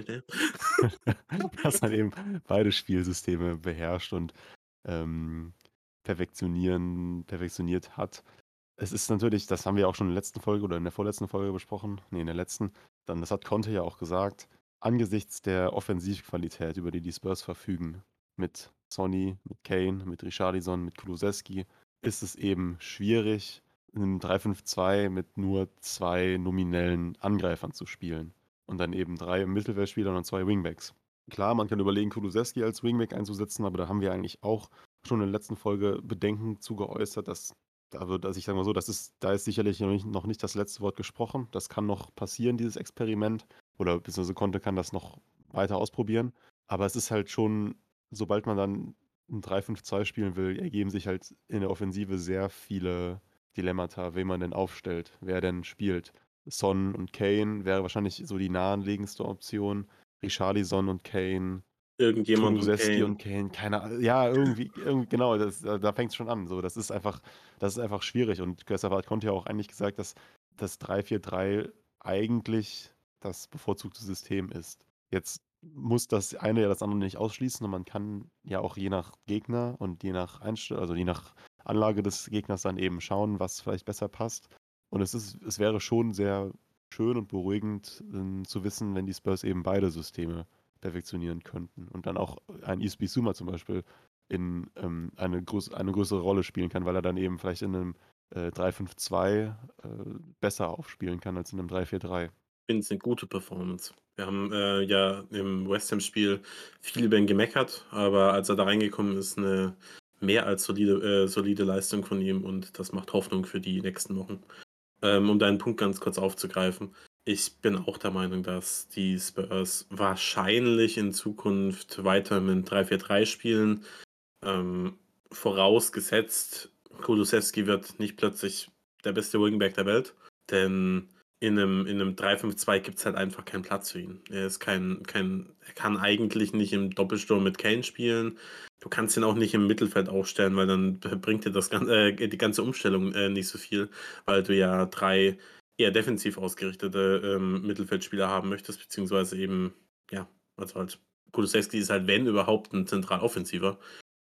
dass man eben beide Spielsysteme beherrscht und ähm, perfektionieren, perfektioniert hat. Es ist natürlich, das haben wir auch schon in der letzten Folge oder in der vorletzten Folge besprochen, nee, in der letzten, dann, das hat Conte ja auch gesagt, angesichts der Offensivqualität, über die die Spurs verfügen, mit Sonny, mit Kane, mit Richarlison, mit Kulusevski, ist es eben schwierig, in einem drei fünf zwei mit nur zwei nominellen Angreifern zu spielen und dann eben drei Mittelfeldspielern und zwei Wingbacks. Klar, man kann überlegen, Kulusevski als Wingback einzusetzen, aber da haben wir eigentlich auch schon in der letzten Folge Bedenken zu geäußert, dass also, dass ich sage mal so, das ist, da ist sicherlich noch nicht, noch nicht das letzte Wort gesprochen. Das kann noch passieren, dieses Experiment. Oder beziehungsweise Conte kann das noch weiter ausprobieren. Aber es ist halt schon, sobald man dann ein drei fünf zwei spielen will, ergeben sich halt in der Offensive sehr viele Dilemmata, wen man denn aufstellt, wer denn spielt. Son und Kane wäre wahrscheinlich so die naheliegendste Option. Richarlison und Kane, Irgendjemand und Kulusevski und Kane. Kane, keine Ahnung. Ja, irgendwie, irgendwie genau, das, da, da fängt es schon an. So, das ist einfach, das ist einfach schwierig. Und Köster konnte ja auch eigentlich gesagt, dass das drei vier drei eigentlich das bevorzugte System ist. Jetzt muss das eine ja das andere nicht ausschließen und man kann ja auch je nach Gegner und je nach Einstellung, also je nach Anlage des Gegners dann eben schauen, was vielleicht besser passt. Und es ist, es wäre schon sehr schön und beruhigend ähm, zu wissen, wenn die Spurs eben beide Systeme perfektionieren könnten und dann auch ein Yves Bissouma zum Beispiel in ähm, eine, groß, eine größere Rolle spielen kann, weil er dann eben vielleicht in einem äh, drei fünf zwei äh, besser aufspielen kann als in einem drei vier drei. Ich finde es eine gute Performance. Wir haben äh, ja im West Ham-Spiel viel über ihn gemeckert, aber als er da reingekommen ist, eine mehr als solide, äh, solide Leistung von ihm und das macht Hoffnung für die nächsten Wochen. Ähm, um deinen Punkt ganz kurz aufzugreifen. Ich bin auch der Meinung, dass die Spurs wahrscheinlich in Zukunft weiter mit drei vier drei spielen. Ähm, vorausgesetzt, Kulusevski wird nicht plötzlich der beste Wingback der Welt, denn in einem, in einem drei fünf zwei gibt es halt einfach keinen Platz für ihn. Er ist kein, kein, er kann eigentlich nicht im Doppelsturm mit Kane spielen. Du kannst ihn auch nicht im Mittelfeld aufstellen, weil dann bringt dir das gan- äh, die ganze Umstellung äh, nicht so viel, weil du ja drei eher defensiv ausgerichtete ähm, Mittelfeldspieler haben möchtest, beziehungsweise eben, ja, also halt, Kulusevski ist halt, wenn überhaupt, ein Zentraloffensiver.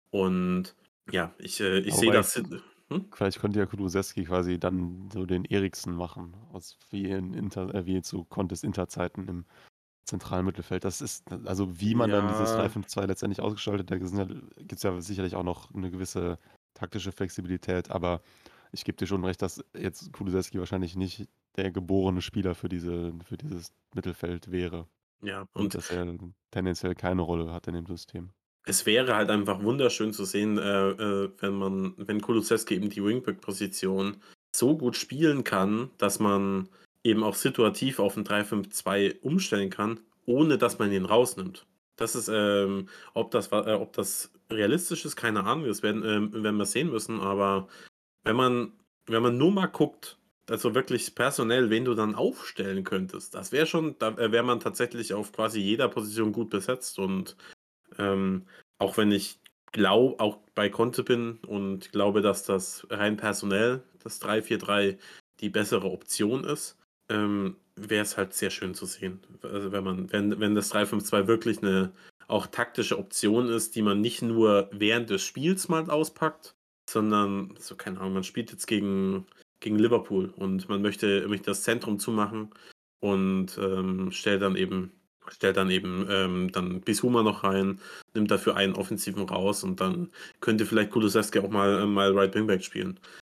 Und ja, ich, äh, ich Aber sehe wobei, das. Hm? vielleicht könnte ja Kulusevski quasi dann so den Eriksen machen, aus, wie in Inter, äh, wie zu Contes Interzeiten im zentralen Mittelfeld. Das ist, also wie man dann dieses drei Ja, fünf zwei letztendlich ausgestaltet, da ja, gibt es ja sicherlich auch noch eine gewisse taktische Flexibilität, aber ich gebe dir schon recht, dass jetzt Kulusevski wahrscheinlich nicht der geborene Spieler für diese, für dieses Mittelfeld wäre. Ja, Und und dass er tendenziell keine Rolle hat in dem System. es wäre halt einfach wunderschön zu sehen, äh, äh, wenn man wenn Kulusewski eben die Wingback-Position so gut spielen kann, dass man eben auch situativ auf 'n drei fünf zwei umstellen kann, ohne dass man ihn rausnimmt. Das ist, ähm ob das wa äh, ob das realistisch ist, keine Ahnung, das werden ähm, werden wir sehen müssen, aber wenn man wenn man nur mal guckt, also wirklich personell, wen du dann aufstellen könntest, das wäre schon da äh, wäre man tatsächlich auf quasi jeder Position gut besetzt und ähm, auch wenn ich glaube auch bei Conte bin und glaube, dass das rein personell, das drei vier drei die bessere Option ist, ähm, wäre es halt sehr schön zu sehen. Also, wenn man wenn wenn das drei fünf zwei wirklich eine auch taktische Option ist, die man nicht nur während des Spiels mal auspackt, sondern so, keine Ahnung, man spielt jetzt gegen gegen Liverpool und man möchte möchte das Zentrum zumachen und, ähm, stellt dann eben stellt dann eben, ähm, dann Bissouma noch rein, nimmt dafür einen Offensiven raus und dann könnte vielleicht Kulusewski auch mal äh, mal Right Wingback spielen.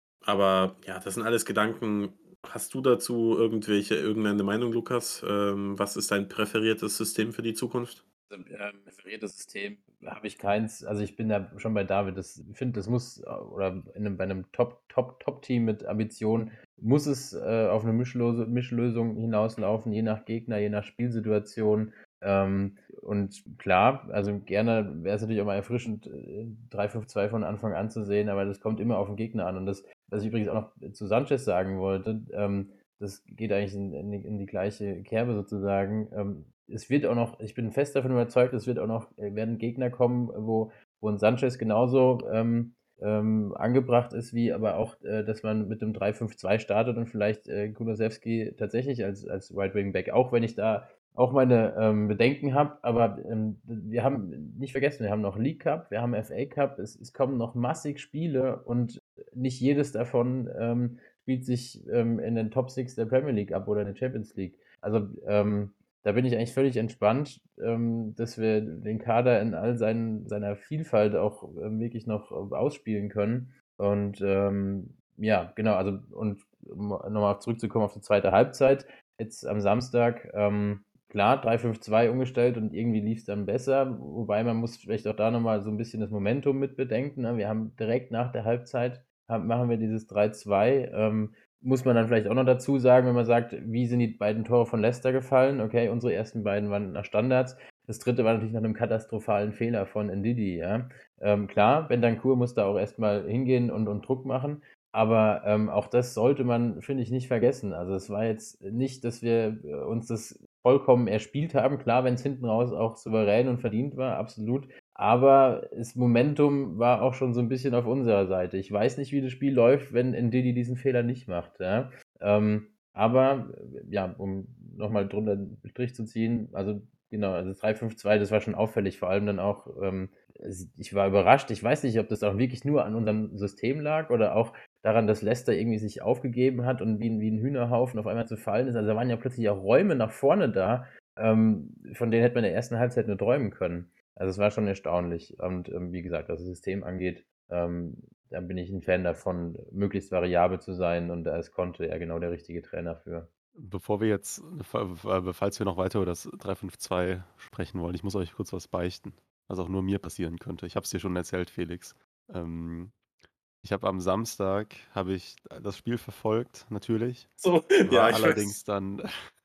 Aber ja, das sind alles Gedanken. Hast du dazu irgendwelche irgendeine Meinung, Lukas? Ähm, was ist dein präferiertes System für die Zukunft? Ähm, präferiertes System habe ich keins. Also ich bin da schon bei David. Das ich finde, das muss äh, oder in 'nem bei einem Top Top Top-Team mit Ambitionen muss es äh, auf eine Mischlose Mischlösung hinauslaufen, je nach Gegner, je nach Spielsituation. Ähm, und klar, also gerne wäre es natürlich auch mal erfrischend, äh, drei fünf zwei von Anfang an zu sehen, aber das kommt immer auf den Gegner an. Und das, was ich übrigens auch noch zu Sanchez sagen wollte, ähm, das geht eigentlich in, in, die, in die gleiche Kerbe sozusagen. Ähm, es wird auch noch, ich bin fest davon überzeugt, es wird auch noch, äh, werden Gegner kommen, wo, wo ein Sanchez genauso ähm, ähm, angebracht ist, wie aber auch, äh, dass man mit dem drei fünf zwei startet und vielleicht äh, Kulusewski tatsächlich als, als Right Wing Back, auch wenn ich da auch meine ähm, Bedenken habe, aber ähm, wir haben nicht vergessen, wir haben noch League Cup, wir haben F A Cup, es, es kommen noch massig Spiele und nicht jedes davon ähm, spielt sich ähm, in den Top sechs der Premier League ab oder in der Champions League. Also ähm, da bin ich eigentlich völlig entspannt, ähm, dass wir den Kader in all seinen, seiner Vielfalt auch ähm, wirklich noch ausspielen können. Und ähm, ja, genau, also und um nochmal zurückzukommen auf die zweite Halbzeit, jetzt am Samstag, ähm, klar, drei fünf zwei umgestellt und irgendwie lief es dann besser, wobei man muss vielleicht auch da nochmal so ein bisschen das Momentum mit bedenken. Ne? Wir haben direkt nach der Halbzeit, haben, machen wir dieses drei zwei, ähm, muss man dann vielleicht auch noch dazu sagen, wenn man sagt, wie sind die beiden Tore von Leicester gefallen? Okay, unsere ersten beiden waren nach Standards. Das dritte war natürlich nach einem katastrophalen Fehler von Ndidi, ja. Ähm, klar, Bentancur muss da auch erstmal hingehen und, und Druck machen, aber ähm, auch das sollte man, finde ich, nicht vergessen. Also es war jetzt nicht, dass wir äh, uns das vollkommen erspielt haben. Klar, wenn es hinten raus auch souverän und verdient war, absolut. Aber das Momentum war auch schon so ein bisschen auf unserer Seite. Ich weiß nicht, wie das Spiel läuft, wenn Ndidi diesen Fehler nicht macht. Ja? Ähm, aber äh, ja, um nochmal drunter einen Strich zu ziehen, also genau, also das drei fünf zwei, das war schon auffällig, vor allem dann auch, ähm, es- ich war überrascht. Ich weiß nicht, ob das auch wirklich nur an unserem System lag oder auch daran, dass Leicester irgendwie sich aufgegeben hat und wie, ein- wie ein Hühnerhaufen auf einmal zu fallen ist. Also da waren ja plötzlich auch Räume nach vorne da, ähm, von denen hätte man in der ersten Halbzeit nur träumen können. Also es war schon erstaunlich. Und ähm, wie gesagt, was das System angeht, ähm, da bin ich ein Fan davon, möglichst variabel zu sein und da ist Conte ja genau der richtige Trainer für. Bevor wir jetzt, fa- fa- falls wir noch weiter über das drei fünf zwei sprechen wollen, ich muss euch kurz was beichten, was auch nur mir passieren könnte. Ich habe es dir schon erzählt, Felix. Ähm, ich habe am Samstag habe ich das Spiel verfolgt, natürlich. So, ja, War ich weiß. allerdings dann,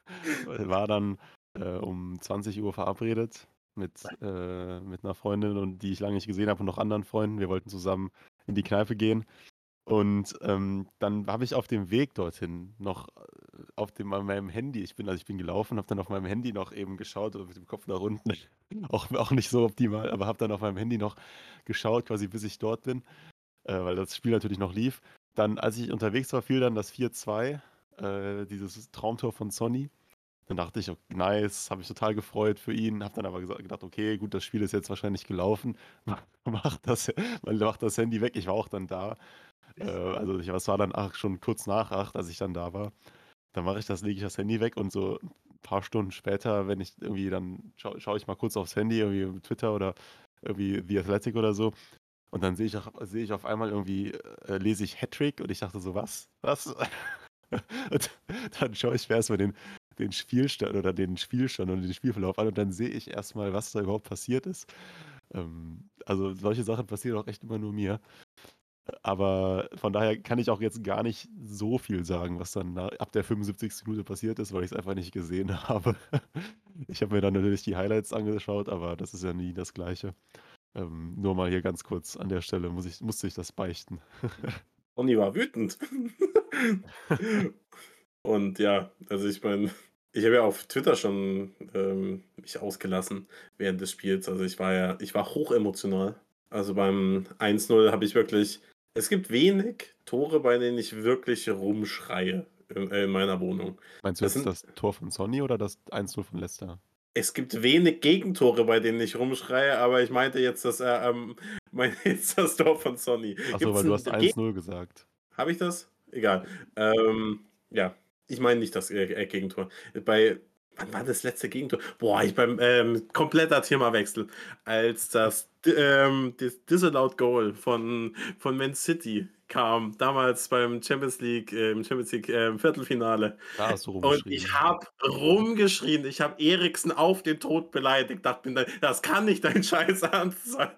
war dann äh, um zwanzig Uhr verabredet mit, äh, mit einer Freundin und die ich lange nicht gesehen habe und noch anderen Freunden. Wir wollten zusammen in die Kneipe gehen. Und ähm, dann habe ich auf dem Weg dorthin noch äh, auf dem, an meinem Handy, ich bin, also ich bin gelaufen, habe dann auf meinem Handy noch eben geschaut, mit dem Kopf nach unten, auch, auch nicht so optimal, aber habe dann auf meinem Handy noch geschaut, quasi bis ich dort bin, äh, weil das Spiel natürlich noch lief. Dann, als ich unterwegs war, fiel dann das vier zwei, äh, dieses Traumtor von Sonny. Dann dachte ich, okay, nice, habe mich total gefreut für ihn, habe dann aber gesagt, gedacht, okay, gut, das Spiel ist jetzt wahrscheinlich gelaufen, mach das, man macht das Handy weg, ich war auch dann da. Äh, also ich, es war dann ach, schon kurz nach acht, als ich dann da war. Dann mache ich das, lege ich das Handy weg und so ein paar Stunden später, wenn ich irgendwie, dann schaue schau ich mal kurz aufs Handy, irgendwie Twitter oder irgendwie The Athletic oder so. Und dann sehe ich, auch- sehe ich auf einmal irgendwie, äh, lese ich Hattrick und ich dachte so, was? Was? Und dann schaue ich mir erstmal den, den Spielstand oder den Spielstand und den Spielverlauf an und dann sehe ich erstmal, was da überhaupt passiert ist. Ähm, also solche Sachen passieren auch echt immer nur mir. Aber von daher kann ich auch jetzt gar nicht so viel sagen, was dann na- ab der fünfundsiebzigsten Minute passiert ist, weil ich es einfach nicht gesehen habe. Ich habe mir dann natürlich die Highlights angeschaut, aber das ist ja nie das Gleiche. Ähm, nur mal hier ganz kurz an der Stelle muss ich, musste ich das beichten. Sonny war wütend. Und ja, also ich meine, ich habe ja auf Twitter schon ähm, mich ausgelassen während des Spiels. Also ich war ja, ich war hochemotional. Also beim eins null habe ich wirklich, es gibt wenig Tore, bei denen ich wirklich rumschreie in, in meiner Wohnung. Meinst du Das jetzt sind, das Tor von Sonny oder das eins null von Leicester? es gibt wenig Gegentore, bei denen ich rumschreie, aber ich meinte jetzt das, äh, ähm, meine jetzt das Tor von Sonny. Achso, Gibt weil es du ein hast eins null gesagt. Habe ich das? Egal. Ähm, ja, ich meine nicht das äh, äh, Gegentor. Bei, wann war das letzte Gegentor? Boah, ich beim ähm, kompletter Themawechsel. Als das, d- ähm, das Disallowed Goal von, von Man City kam, damals beim Champions League, äh, im Champions League ähm, Viertelfinale. Da hast du Und ich rumgeschrien. habe rumgeschrien, ich habe Eriksen auf den Tod beleidigt. Dachte mir, das kann nicht dein Scheiß Ernst sein.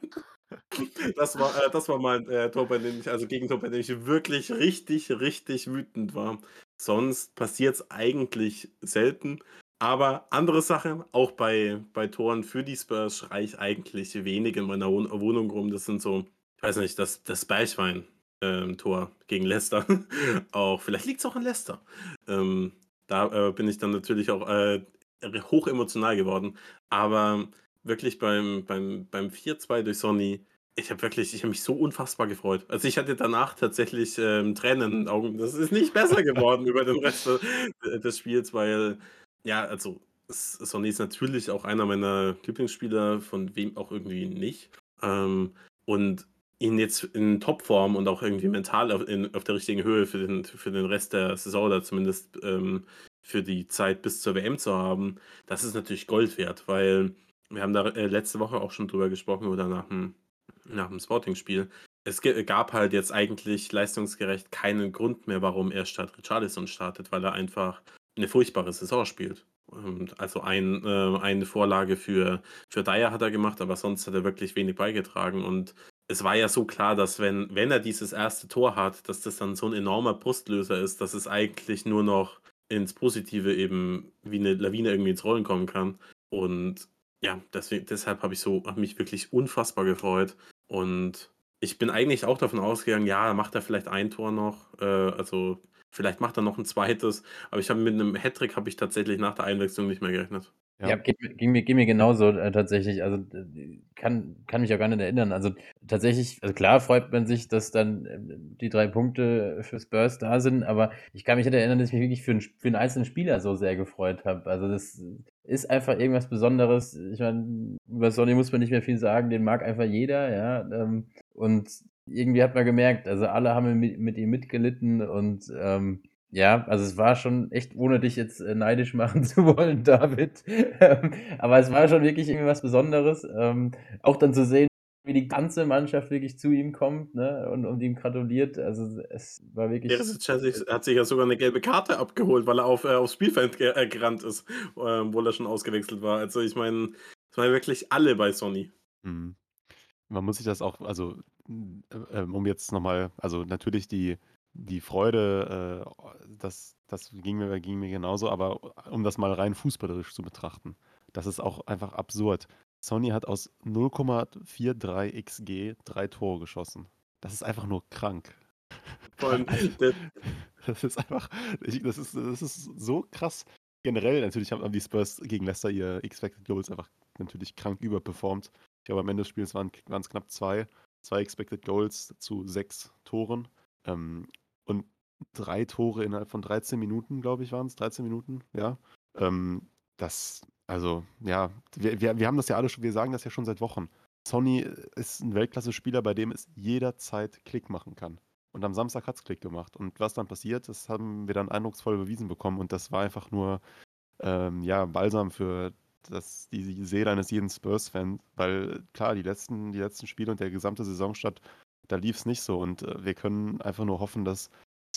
Das war, äh, das war mein äh, Tor, bei dem ich, also Gegentor, bei dem ich wirklich richtig, richtig wütend war. Sonst passiert es eigentlich selten. Aber andere Sachen, auch bei, bei Toren für die Spurs schreie ich eigentlich wenig in meiner Wohn Wohnung rum. Das sind so, ich weiß nicht, das, das Beichwein-Tor gegen Leicester. Auch, vielleicht liegt es auch an Leicester. Ähm, da äh, bin ich dann natürlich auch äh, hoch emotional geworden. Aber wirklich beim, beim, beim vier zwei durch Sonny, ich habe wirklich, ich habe mich so unfassbar gefreut. Also ich hatte danach tatsächlich ähm, Tränen in den Augen. Das ist nicht besser geworden über den Rest de- des Spiels, weil, ja, also S- Sonny ist natürlich auch einer meiner Lieblingsspieler, von wem auch irgendwie nicht. Ähm, und ihn jetzt in Topform und auch irgendwie mental auf, in, auf der richtigen Höhe für den, für den Rest der Saison oder zumindest ähm, für die Zeit bis zur W M zu haben, das ist natürlich Gold wert, weil wir haben da äh, letzte Woche auch schon drüber gesprochen oder nach dem nach dem Sporting-Spiel. Es ge- gab halt jetzt eigentlich leistungsgerecht keinen Grund mehr, warum er statt Richarlison startet, weil er einfach eine furchtbare Saison spielt. Und also ein, äh, eine Vorlage für, für Dyer hat er gemacht, aber sonst hat er wirklich wenig beigetragen. Und es war ja so klar, dass wenn, wenn er dieses erste Tor hat, dass das dann so ein enormer Brustlöser ist, dass es eigentlich nur noch ins Positive eben wie eine Lawine irgendwie ins Rollen kommen kann. Und ja, deswegen, deshalb habe ich so, hab mich wirklich unfassbar gefreut. Und ich bin eigentlich auch davon ausgegangen, ja, macht er vielleicht ein Tor noch, äh, also vielleicht macht er noch ein zweites, aber ich habe mit einem Hattrick habe ich tatsächlich nach der Einwechslung nicht mehr gerechnet. Ja, Ja, geht, mir- ging mir, ging mir genauso äh, tatsächlich. Also äh, kann, kann mich auch gar nicht erinnern. Also tatsächlich, also klar freut man sich, dass dann äh, die drei Punkte für Spurs da sind, aber ich kann mich nicht erinnern, dass ich mich wirklich für einen, für einen einzelnen Spieler so sehr gefreut habe. Also das ist einfach irgendwas Besonderes. Ich meine, über Sonny muss man nicht mehr viel sagen, den mag einfach jeder, ja. Ähm, und irgendwie hat man gemerkt, also alle haben mit, mit ihm mitgelitten und ähm, ja, also es war schon echt, ohne dich jetzt äh, neidisch machen zu wollen, David. Ähm, aber es war schon wirklich irgendwie was Besonderes. Ähm, auch dann zu sehen, wie die ganze Mannschaft wirklich zu ihm kommt, ne, und, und ihm gratuliert. Also es war wirklich. Perisic hat sich, hat sich ja sogar eine gelbe Karte abgeholt, weil er auf, äh, aufs Spielfeld ge äh, gerannt ist, äh, obwohl er schon ausgewechselt war. Also ich meine, es waren wirklich alle bei Sonny. mhm. Man muss sich das auch, also m, äh, ähm, um jetzt nochmal, also natürlich die, die Freude, äh, das, das ging mir, ging mir genauso, aber um das mal rein fußballerisch zu betrachten, das ist auch einfach absurd. Sonny hat aus null Komma vierunddreißig X G drei Tore geschossen. Das ist einfach nur krank. Vor allem, Also, der, das ist einfach, ich, das ist, das ist so krass. Generell, natürlich haben die Spurs gegen Leicester ihr Expected Goals einfach natürlich krank überperformt. Ich glaube, am Ende des Spiels waren es knapp zwei. Zwei Expected Goals zu sechs Toren. Ähm, und drei Tore innerhalb von dreizehn Minuten, glaube ich, waren es. dreizehn Minuten, ja. Ähm, das, also, ja, wir, wir, wir haben das ja alle schon, wir sagen das ja schon seit Wochen. Sonny ist ein Weltklasse-Spieler, bei dem es jederzeit Klick machen kann. Und am Samstag hat es Klick gemacht. Und was dann passiert, das haben wir dann eindrucksvoll bewiesen bekommen. Und das war einfach nur ähm, ja, Balsam für das, die Seele eines jeden Spurs-Fans. Weil klar, die letzten, die letzten Spiele und der gesamte Saisonstart, da lief es nicht so. Und äh, wir können einfach nur hoffen, dass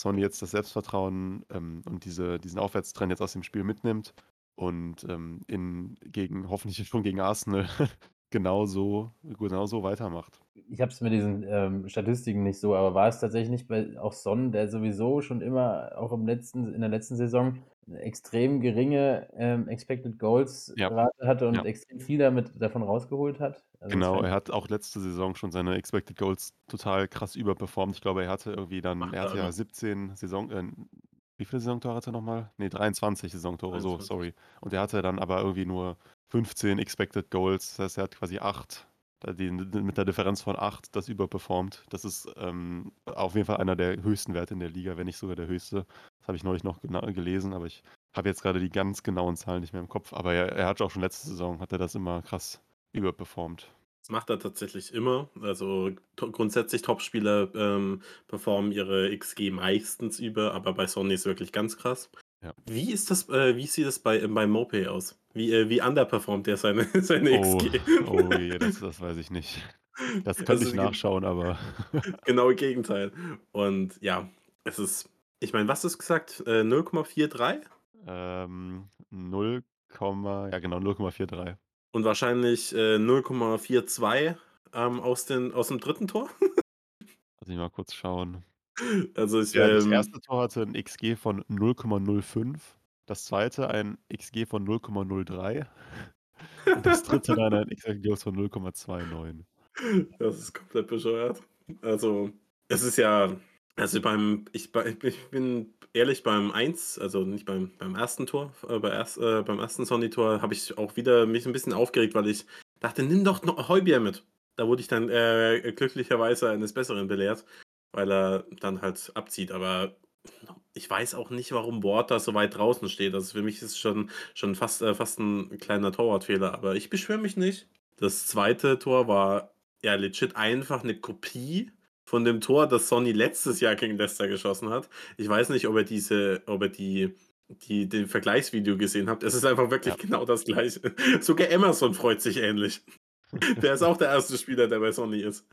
Sonny jetzt das Selbstvertrauen ähm, und diese, diesen Aufwärtstrend jetzt aus dem Spiel mitnimmt und ähm, in, gegen, hoffentlich schon gegen Arsenal genauso, genauso weitermacht. Ich habe es mit diesen ähm, Statistiken nicht so, aber war es tatsächlich nicht bei auch Son, der sowieso schon immer, auch im letzten, in der letzten Saison, eine extrem geringe ähm, Expected Goals Ja, Rate hatte und ja. extrem viel damit davon rausgeholt hat? Also es Genau, scheint er hat auch letzte Saison schon seine Expected Goals total krass überperformt. Ich glaube, er hatte irgendwie dann, Macht er er hatte ja alle. siebzehn Saison, äh, wie viele Saisontore hatte er nochmal? Nee, dreiundzwanzig Saisontore, so, dreiundzwanzig. sorry. Und er hatte dann aber irgendwie nur fünfzehn Expected Goals, das heißt, er hat quasi acht, die, mit der Differenz von acht das überperformt. Das ist ähm, auf jeden Fall einer der höchsten Werte in der Liga, wenn nicht sogar der höchste. Das habe ich neulich noch gena- gelesen, aber ich habe jetzt gerade die ganz genauen Zahlen nicht mehr im Kopf. Aber er, er hat auch schon letzte Saison, hat er das immer krass überperformt. Das macht er tatsächlich immer. Also to grundsätzlich Topspieler ähm, performen ihre X G meistens über, aber bei Sonny ist wirklich ganz krass. Ja. Wie ist das, äh, wie sieht das bei, äh, bei Mopay aus? Wie, äh, wie underperformt der seine, seine Oh, X G? oh je, das, das weiß ich nicht. Das könnte Also ich die ge- nachschauen, aber genaue Gegenteil. Und ja, es ist, ich meine, was ist gesagt? Äh, null Komma vierunddreißig? ähm, null, ja genau, null Komma dreiundvierzig. Und wahrscheinlich äh, null Komma zweiundvierzig ähm, aus, den, aus dem dritten Tor. Lass mich mal kurz schauen. Also ich, Ja, das ähm, erste Tor hatte ein X G von null Komma null fünf, das zweite ein X G von null Komma null drei und das dritte dann ein X G von null Komma neunundzwanzig. das ist komplett bescheuert. Also, es ist ja, also beim, ich, bei- ich bin ehrlich, beim eins, also nicht beim, beim ersten Tor, äh, bei erst, äh, beim ersten Sonny-Tor habe ich auch wieder mich ein bisschen aufgeregt, weil ich dachte, nimm doch noch Heubier mit. Da wurde ich dann äh, glücklicherweise eines Besseren belehrt, weil er dann halt abzieht. Aber ich weiß auch nicht, warum Ward da so weit draußen steht. Also für mich ist es schon, schon fast, äh, fast ein kleiner Torwartfehler, aber ich beschwöre mich nicht. Das zweite Tor war ja legit einfach eine Kopie von dem Tor, das Sonny letztes Jahr gegen Leicester geschossen hat. Ich weiß nicht, ob ihr diese, ob ihr die, die, den Vergleichsvideo gesehen habt. Es ist einfach wirklich Ja. genau das gleiche. Sogar Emerson freut sich ähnlich. Der ist auch der erste Spieler, der bei Sonny ist.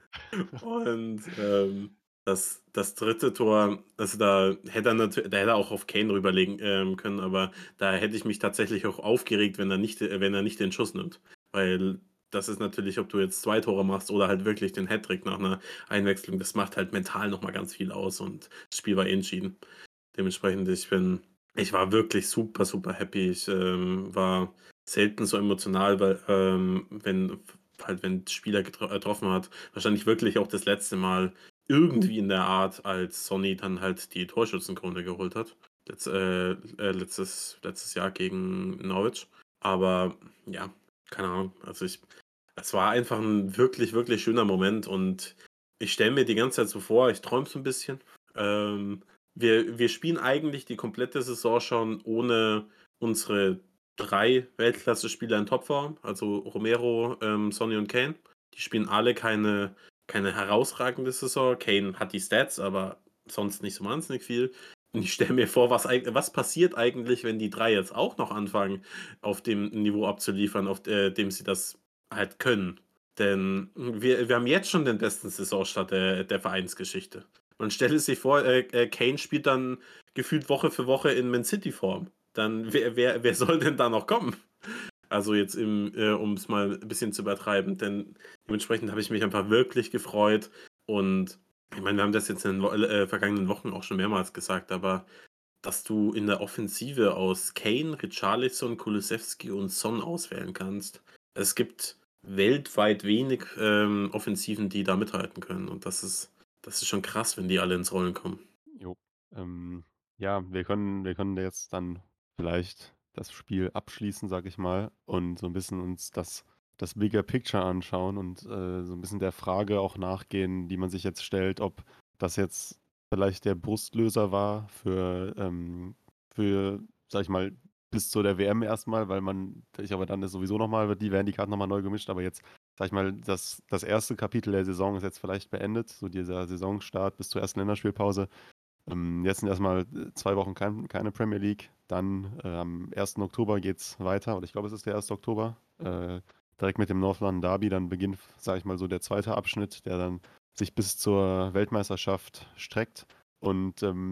Und ähm, das, das dritte Tor, also da hätte er natürlich, da hätte er auch auf Kane rüberlegen ähm, können, aber da hätte ich mich tatsächlich auch aufgeregt, wenn er nicht, äh, wenn er nicht den Schuss nimmt. Weil das ist natürlich, ob du jetzt zwei Tore machst oder halt wirklich den Hattrick nach einer Einwechslung, das macht halt mental nochmal ganz viel aus und das Spiel war eh entschieden. Dementsprechend, ich bin, ich war wirklich super, super happy. Ich ähm, war selten so emotional, weil ähm, wenn halt wenn Spieler getro getroffen hat, wahrscheinlich wirklich auch das letzte Mal irgendwie in der Art, als Sonny dann halt die Torschützenkrone geholt hat. Letz, äh, äh, letztes, letztes Jahr gegen Norwich. Aber ja, keine Ahnung. Also ich, es war einfach ein wirklich, wirklich schöner Moment und ich stelle mir die ganze Zeit so vor, ich träume so ein bisschen. Ähm, wir, wir spielen eigentlich die komplette Saison schon ohne unsere drei Weltklasse-Spieler in Topform, also Romero, ähm, Sonny und Kane. Die spielen alle keine, keine herausragende Saison. Kane hat die Stats, aber sonst nicht so wahnsinnig viel. Und ich stelle mir vor, was, eig- was passiert eigentlich, wenn die drei jetzt auch noch anfangen, auf dem Niveau abzuliefern, auf äh, dem sie das halt können. Denn wir, wir haben jetzt schon den besten Saisonstart der, der Vereinsgeschichte. Man stelle sich vor, äh, äh, Kane spielt dann gefühlt Woche für Woche in Man City-Form. Dann wer, wer, wer soll denn da noch kommen? Also jetzt im, äh, um es mal ein bisschen zu übertreiben, denn dementsprechend habe ich mich einfach wirklich gefreut. Und ich meine, wir haben das jetzt in den Wo- äh, vergangenen Wochen auch schon mehrmals gesagt, aber dass du in der Offensive aus Kane, Richarlison, Kulusewski und Son auswählen kannst. Es gibt weltweit wenig ähm, Offensiven, die da mithalten können. Und das ist, das ist schon krass, wenn die alle ins Rollen kommen. Jo. Ähm, ja, wir können, wir können jetzt dann vielleicht das Spiel abschließen, sag ich mal, und so ein bisschen uns das, das Bigger Picture anschauen und äh, so ein bisschen der Frage auch nachgehen, die man sich jetzt stellt, ob das jetzt vielleicht der Brustlöser war für, ähm, für, sag ich mal, bis zu der W M erstmal, weil man, ich aber dann ist sowieso nochmal, die werden die Karten nochmal neu gemischt, aber jetzt, sag ich mal, das, das erste Kapitel der Saison ist jetzt vielleicht beendet, so dieser Saisonstart bis zur ersten Länderspielpause. Ähm, jetzt sind erstmal zwei Wochen kein, keine Premier League. Dann äh, am ersten Oktober geht es weiter, oder ich glaube, es ist der erste Oktober. Äh, direkt mit dem North London Derby. Dann beginnt, sage ich mal, so der zweite Abschnitt, der dann sich bis zur Weltmeisterschaft streckt. Und ähm,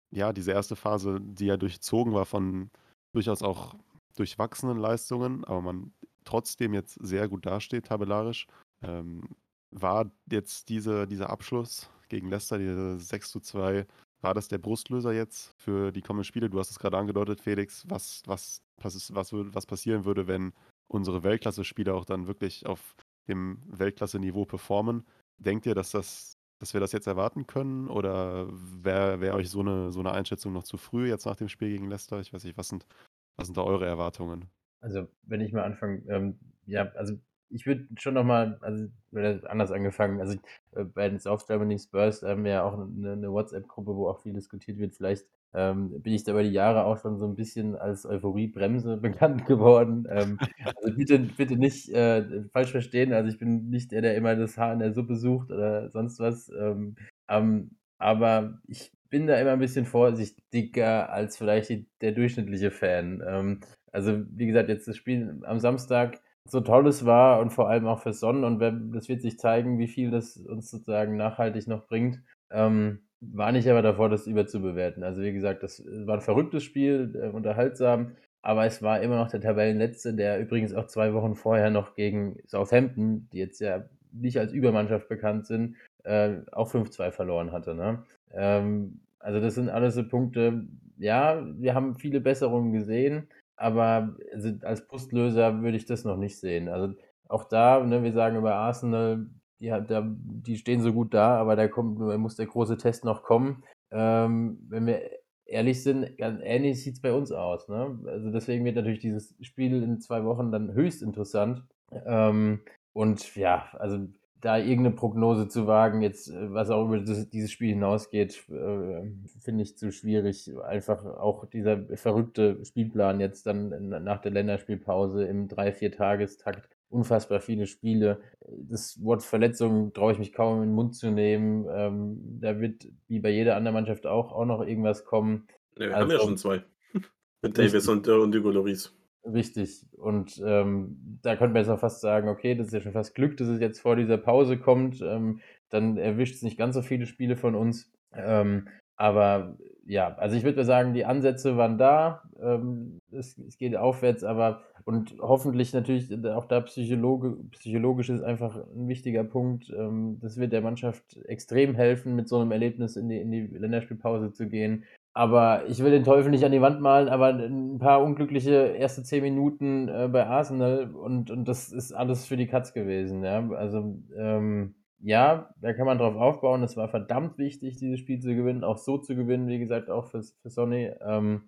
ja, diese erste Phase, die ja durchzogen war von durchaus auch durchwachsenen Leistungen, aber man trotzdem jetzt sehr gut dasteht tabellarisch, ähm, war jetzt diese, dieser Abschluss gegen Leicester, diese sechs zu zwei, war das der Brustlöser jetzt für die kommenden Spiele? Du hast es gerade angedeutet, Felix, was, was, was, was, würd- was passieren würde, wenn unsere Weltklasse-Spieler auch dann wirklich auf dem Weltklasse-Niveau performen. Denkt ihr, dass das dass wir das jetzt erwarten können? Oder wäre wär euch so eine, so eine Einschätzung noch zu früh jetzt nach dem Spiel gegen Leicester? Ich weiß nicht, was sind, was sind da eure Erwartungen? Also, wenn ich mal anfange, ähm, ja, also ich würde schon noch mal, also oder anders angefangen, also äh, bei den South Germany Spurs haben wir ja auch eine, eine WhatsApp-Gruppe, wo auch viel diskutiert wird. Vielleicht ähm, bin ich da über die Jahre auch schon so ein bisschen als Euphoriebremse bekannt geworden. Ähm, also bitte, bitte nicht äh, falsch verstehen. Also ich bin nicht der, der immer das Haar in der Suppe sucht oder sonst was. Ähm, ähm, aber ich bin da immer ein bisschen vorsichtiger als vielleicht die, der durchschnittliche Fan. Ähm, also, wie gesagt, jetzt das Spiel am Samstag, so toll es war und vor allem auch für Son und wenn, das wird sich zeigen, wie viel das uns sozusagen nachhaltig noch bringt. Ähm, war nicht aber davor, das überzubewerten. Also, wie gesagt, das war ein verrücktes Spiel, äh, unterhaltsam, aber es war immer noch der Tabellenletzte, der übrigens auch zwei Wochen vorher noch gegen Southampton, die jetzt ja nicht als Übermannschaft bekannt sind, äh, auch fünf zwei verloren hatte. Ne? Ähm, also, das sind alles so Punkte. Ja, wir haben viele Besserungen gesehen, aber also als Brustlöser würde ich das noch nicht sehen. Also auch da, ne, wir sagen über Arsenal, die, hat, da, die stehen so gut da, aber da kommt, da muss der große Test noch kommen. Ähm, wenn wir ehrlich sind, ganz ähnlich sieht es bei uns aus. Ne? Also deswegen wird natürlich dieses Spiel in zwei Wochen dann höchst interessant. Ähm, und ja, also da irgendeine Prognose zu wagen, jetzt, äh, was auch über das, dieses Spiel hinausgeht, äh, finde ich zu schwierig. Einfach auch dieser verrückte Spielplan jetzt dann in- nach der Länderspielpause im drei vier Tagestakt. Unfassbar viele Spiele. Das Wort Verletzung traue ich mich kaum in den Mund zu nehmen. Ähm, da wird, wie bei jeder anderen Mannschaft auch, auch noch irgendwas kommen. Ne, wir haben ja schon Also, zwei mit Davies richtig. und, äh, und Hugo Lloris. Richtig. Und ähm, da könnte man jetzt auch fast sagen, okay, das ist ja schon fast Glück, dass es jetzt vor dieser Pause kommt. Ähm, dann erwischt es nicht ganz so viele Spiele von uns. Ähm, aber ja, also ich würde mal sagen, die Ansätze waren da. Ähm, es, es geht aufwärts, aber und hoffentlich natürlich auch da Psychologe, psychologisch ist einfach ein wichtiger Punkt. Ähm, das wird der Mannschaft extrem helfen, mit so einem Erlebnis in die, in die Länderspielpause zu gehen. Aber ich will den Teufel nicht an die Wand malen, aber ein paar unglückliche erste zehn Minuten äh, bei Arsenal und, und das ist alles für die Katz gewesen. Ja? Also, ähm, ja, da kann man drauf aufbauen. Es war verdammt wichtig, dieses Spiel zu gewinnen, auch so zu gewinnen, wie gesagt, auch für, für Sonny. Ähm,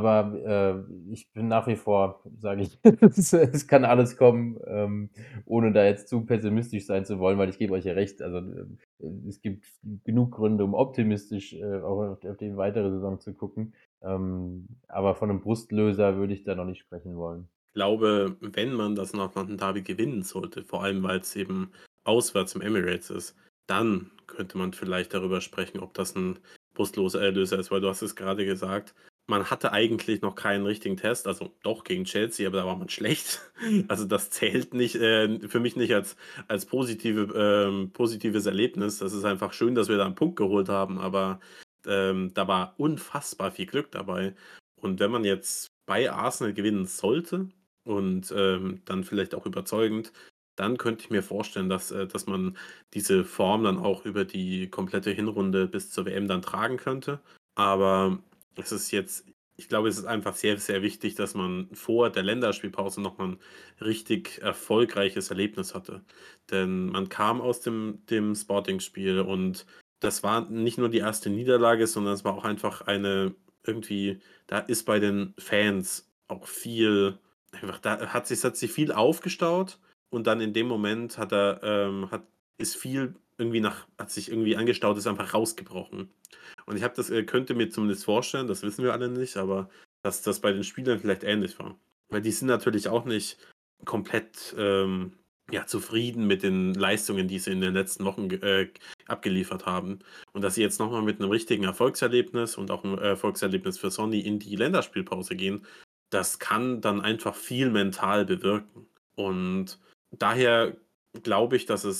aber äh, ich bin nach wie vor, sage ich, es, es kann alles kommen, ähm, ohne da jetzt zu pessimistisch sein zu wollen, weil ich gebe euch ja recht. Also, ähm, es gibt genug Gründe, um optimistisch äh, auch auf, auf die weitere Saison zu gucken. Ähm, aber von einem Brustlöser würde ich da noch nicht sprechen wollen. Ich glaube, wenn man das North London Derby gewinnen sollte, vor allem weil es eben auswärts im Emirates ist, dann könnte man vielleicht darüber sprechen, ob das ein brustloser Erlöser ist, weil du hast es gerade gesagt, man hatte eigentlich noch keinen richtigen Test, also doch gegen Chelsea, aber da war man schlecht. Also das zählt nicht, äh, für mich nicht als, als positive, ähm, positives Erlebnis. Das ist einfach schön, dass wir da einen Punkt geholt haben, aber ähm, da war unfassbar viel Glück dabei. Und wenn man jetzt bei Arsenal gewinnen sollte und ähm, dann vielleicht auch überzeugend, dann könnte ich mir vorstellen, dass, äh, dass man diese Form dann auch über die komplette Hinrunde bis zur W M dann tragen könnte. Aber es ist jetzt, ich glaube, es ist einfach sehr, sehr wichtig, dass man vor der Länderspielpause nochmal ein richtig erfolgreiches Erlebnis hatte. Denn man kam aus dem, dem Sporting-Spiel und das war nicht nur die erste Niederlage, sondern es war auch einfach eine irgendwie, da ist bei den Fans auch viel, einfach, da hat sich, hat sich viel aufgestaut und dann in dem Moment hat er, ähm, hat, ist viel irgendwie nach, hat sich irgendwie angestaut, ist einfach rausgebrochen. Und ich habe das, äh, könnte mir zumindest vorstellen, das wissen wir alle nicht, aber dass das bei den Spielern vielleicht ähnlich war. Weil die sind natürlich auch nicht komplett ähm, ja, zufrieden mit den Leistungen, die sie in den letzten Wochen äh, abgeliefert haben. Und dass sie jetzt nochmal mit einem richtigen Erfolgserlebnis und auch ein Erfolgserlebnis für Sonny in die Länderspielpause gehen, das kann dann einfach viel mental bewirken. Und daher glaube ich, dass es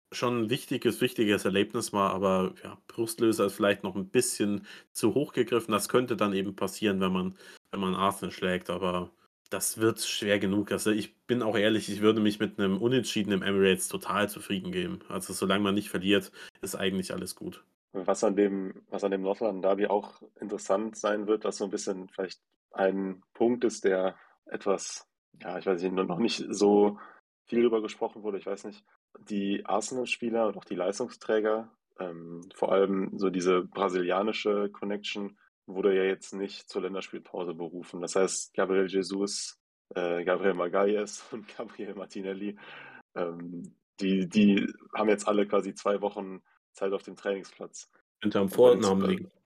schon ein wichtiges, wichtiges Erlebnis war, aber ja, Brustlöser ist vielleicht noch ein bisschen zu hoch gegriffen. Das könnte dann eben passieren, wenn man wenn man Arsenal schlägt, aber das wird schwer genug. Also, ich bin auch ehrlich, ich würde mich mit einem Unentschieden im Emirates total zufrieden geben. Also, solange man nicht verliert, ist eigentlich alles gut. Was an dem, was an dem North London Derby auch interessant sein wird, was so ein bisschen vielleicht ein Punkt ist, der etwas, ja, ich weiß nicht, noch nicht so viel drüber gesprochen wurde, ich weiß nicht. Die Arsenal-Spieler und auch die Leistungsträger, ähm, vor allem so diese brasilianische Connection, wurde ja jetzt nicht zur Länderspielpause berufen. Das heißt, Gabriel Jesus, äh, Gabriel Magalhães und Gabriel Martinelli, ähm, die, die haben jetzt alle quasi zwei Wochen Zeit auf dem Trainingsplatz. Könnte am Und bei den Vornamen Spurs, liegen.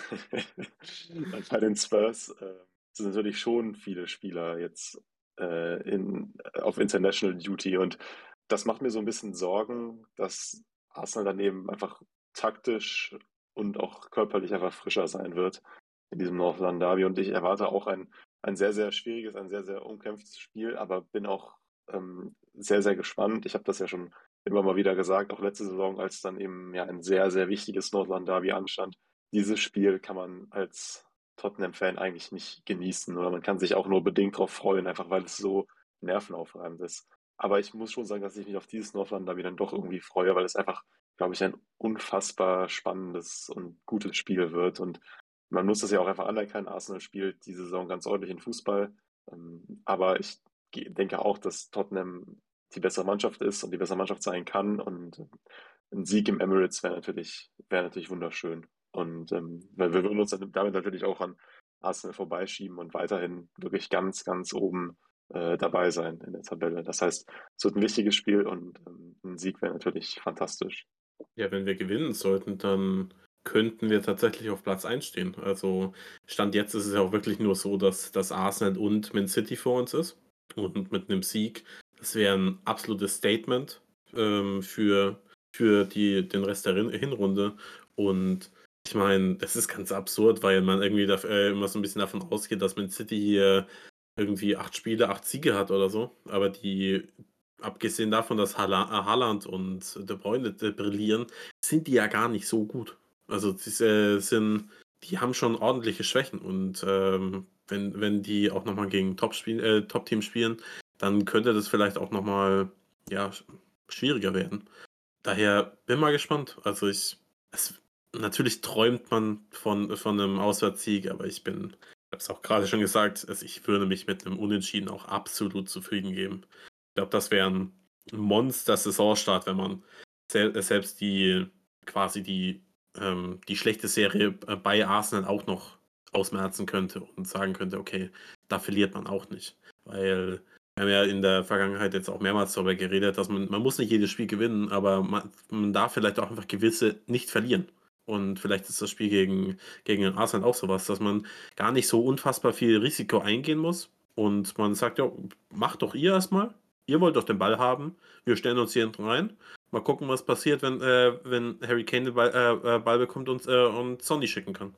und bei den Spurs äh, sind natürlich schon viele Spieler jetzt äh, in, auf International Duty und das macht mir so ein bisschen Sorgen, dass Arsenal dann eben einfach taktisch und auch körperlich einfach frischer sein wird in diesem North London Derby und ich erwarte auch ein, ein sehr, sehr schwieriges, ein sehr, sehr umkämpftes Spiel, aber bin auch ähm, sehr, sehr gespannt. Ich habe das ja schon immer mal wieder gesagt, auch letzte Saison, als dann eben ja ein sehr, sehr wichtiges North London Derby anstand. Dieses Spiel kann man als Tottenham-Fan eigentlich nicht genießen oder man kann sich auch nur bedingt darauf freuen, einfach weil es so nervenaufreibend ist. Aber ich muss schon sagen, dass ich mich auf dieses North London Derby dann doch irgendwie freue, weil es einfach, glaube ich, ein unfassbar spannendes und gutes Spiel wird. Und man muss das ja auch einfach anerkennen. Arsenal spielt diese Saison ganz ordentlichen Fußball. Ähm, aber ich ge- denke auch, dass Tottenham die bessere Mannschaft ist und die bessere Mannschaft sein kann. Und äh, ein Sieg im Emirates wäre natürlich, wäre natürlich wunderschön. Und ähm, weil wir würden uns dann damit natürlich auch an Arsenal vorbeischieben und weiterhin wirklich ganz, ganz oben äh, dabei sein in der Tabelle. Das heißt, es wird ein wichtiges Spiel und ähm, ein Sieg wäre natürlich fantastisch. Ja, wenn wir gewinnen sollten, dann könnten wir tatsächlich auf Platz eins stehen. Also Stand jetzt ist es ja auch wirklich nur so, dass dass Arsenal und Man City vor uns ist. Und mit einem Sieg, das wäre ein absolutes Statement ähm, für, für die, den Rest der Rin- Hinrunde. Und ich meine, das ist ganz absurd, weil man irgendwie da, äh, immer so ein bisschen davon ausgeht, dass Man City hier irgendwie acht Spiele, acht Siege hat oder so. Aber die, abgesehen davon, dass Hala- äh, Haaland und De Bruyne äh, brillieren, sind die ja gar nicht so gut. Also die äh, sind, die haben schon ordentliche Schwächen und ähm, wenn, wenn die auch nochmal gegen Top-Spiel, äh, Top-Team spielen, dann könnte das vielleicht auch nochmal ja, sch- schwieriger werden. Daher bin mal gespannt. Also ich, es, natürlich träumt man von, von einem Auswärtssieg, aber ich bin, ich habe es auch gerade schon gesagt, also ich würde mich mit einem Unentschieden auch absolut zufrieden geben. Ich glaube, das wäre ein Monster-Saisonstart, wenn man sel selbst die quasi die, ähm, die schlechte Serie äh, bei Arsenal auch noch ausmerzen könnte und sagen könnte, okay, da verliert man auch nicht. Weil wir haben ja in der Vergangenheit jetzt auch mehrmals darüber geredet, dass man, man muss nicht jedes Spiel gewinnen, aber man, man darf vielleicht auch einfach gewisse nicht verlieren. Und vielleicht ist das Spiel gegen, gegen Arsenal auch sowas, dass man gar nicht so unfassbar viel Risiko eingehen muss. Und man sagt, ja, macht doch ihr erstmal. Ihr wollt doch den Ball haben. Wir stellen uns hier hinten rein. Mal gucken, was passiert, wenn, äh, wenn Harry Kane den Ball, äh, äh, Ball bekommt und, äh, und Sonny schicken kann.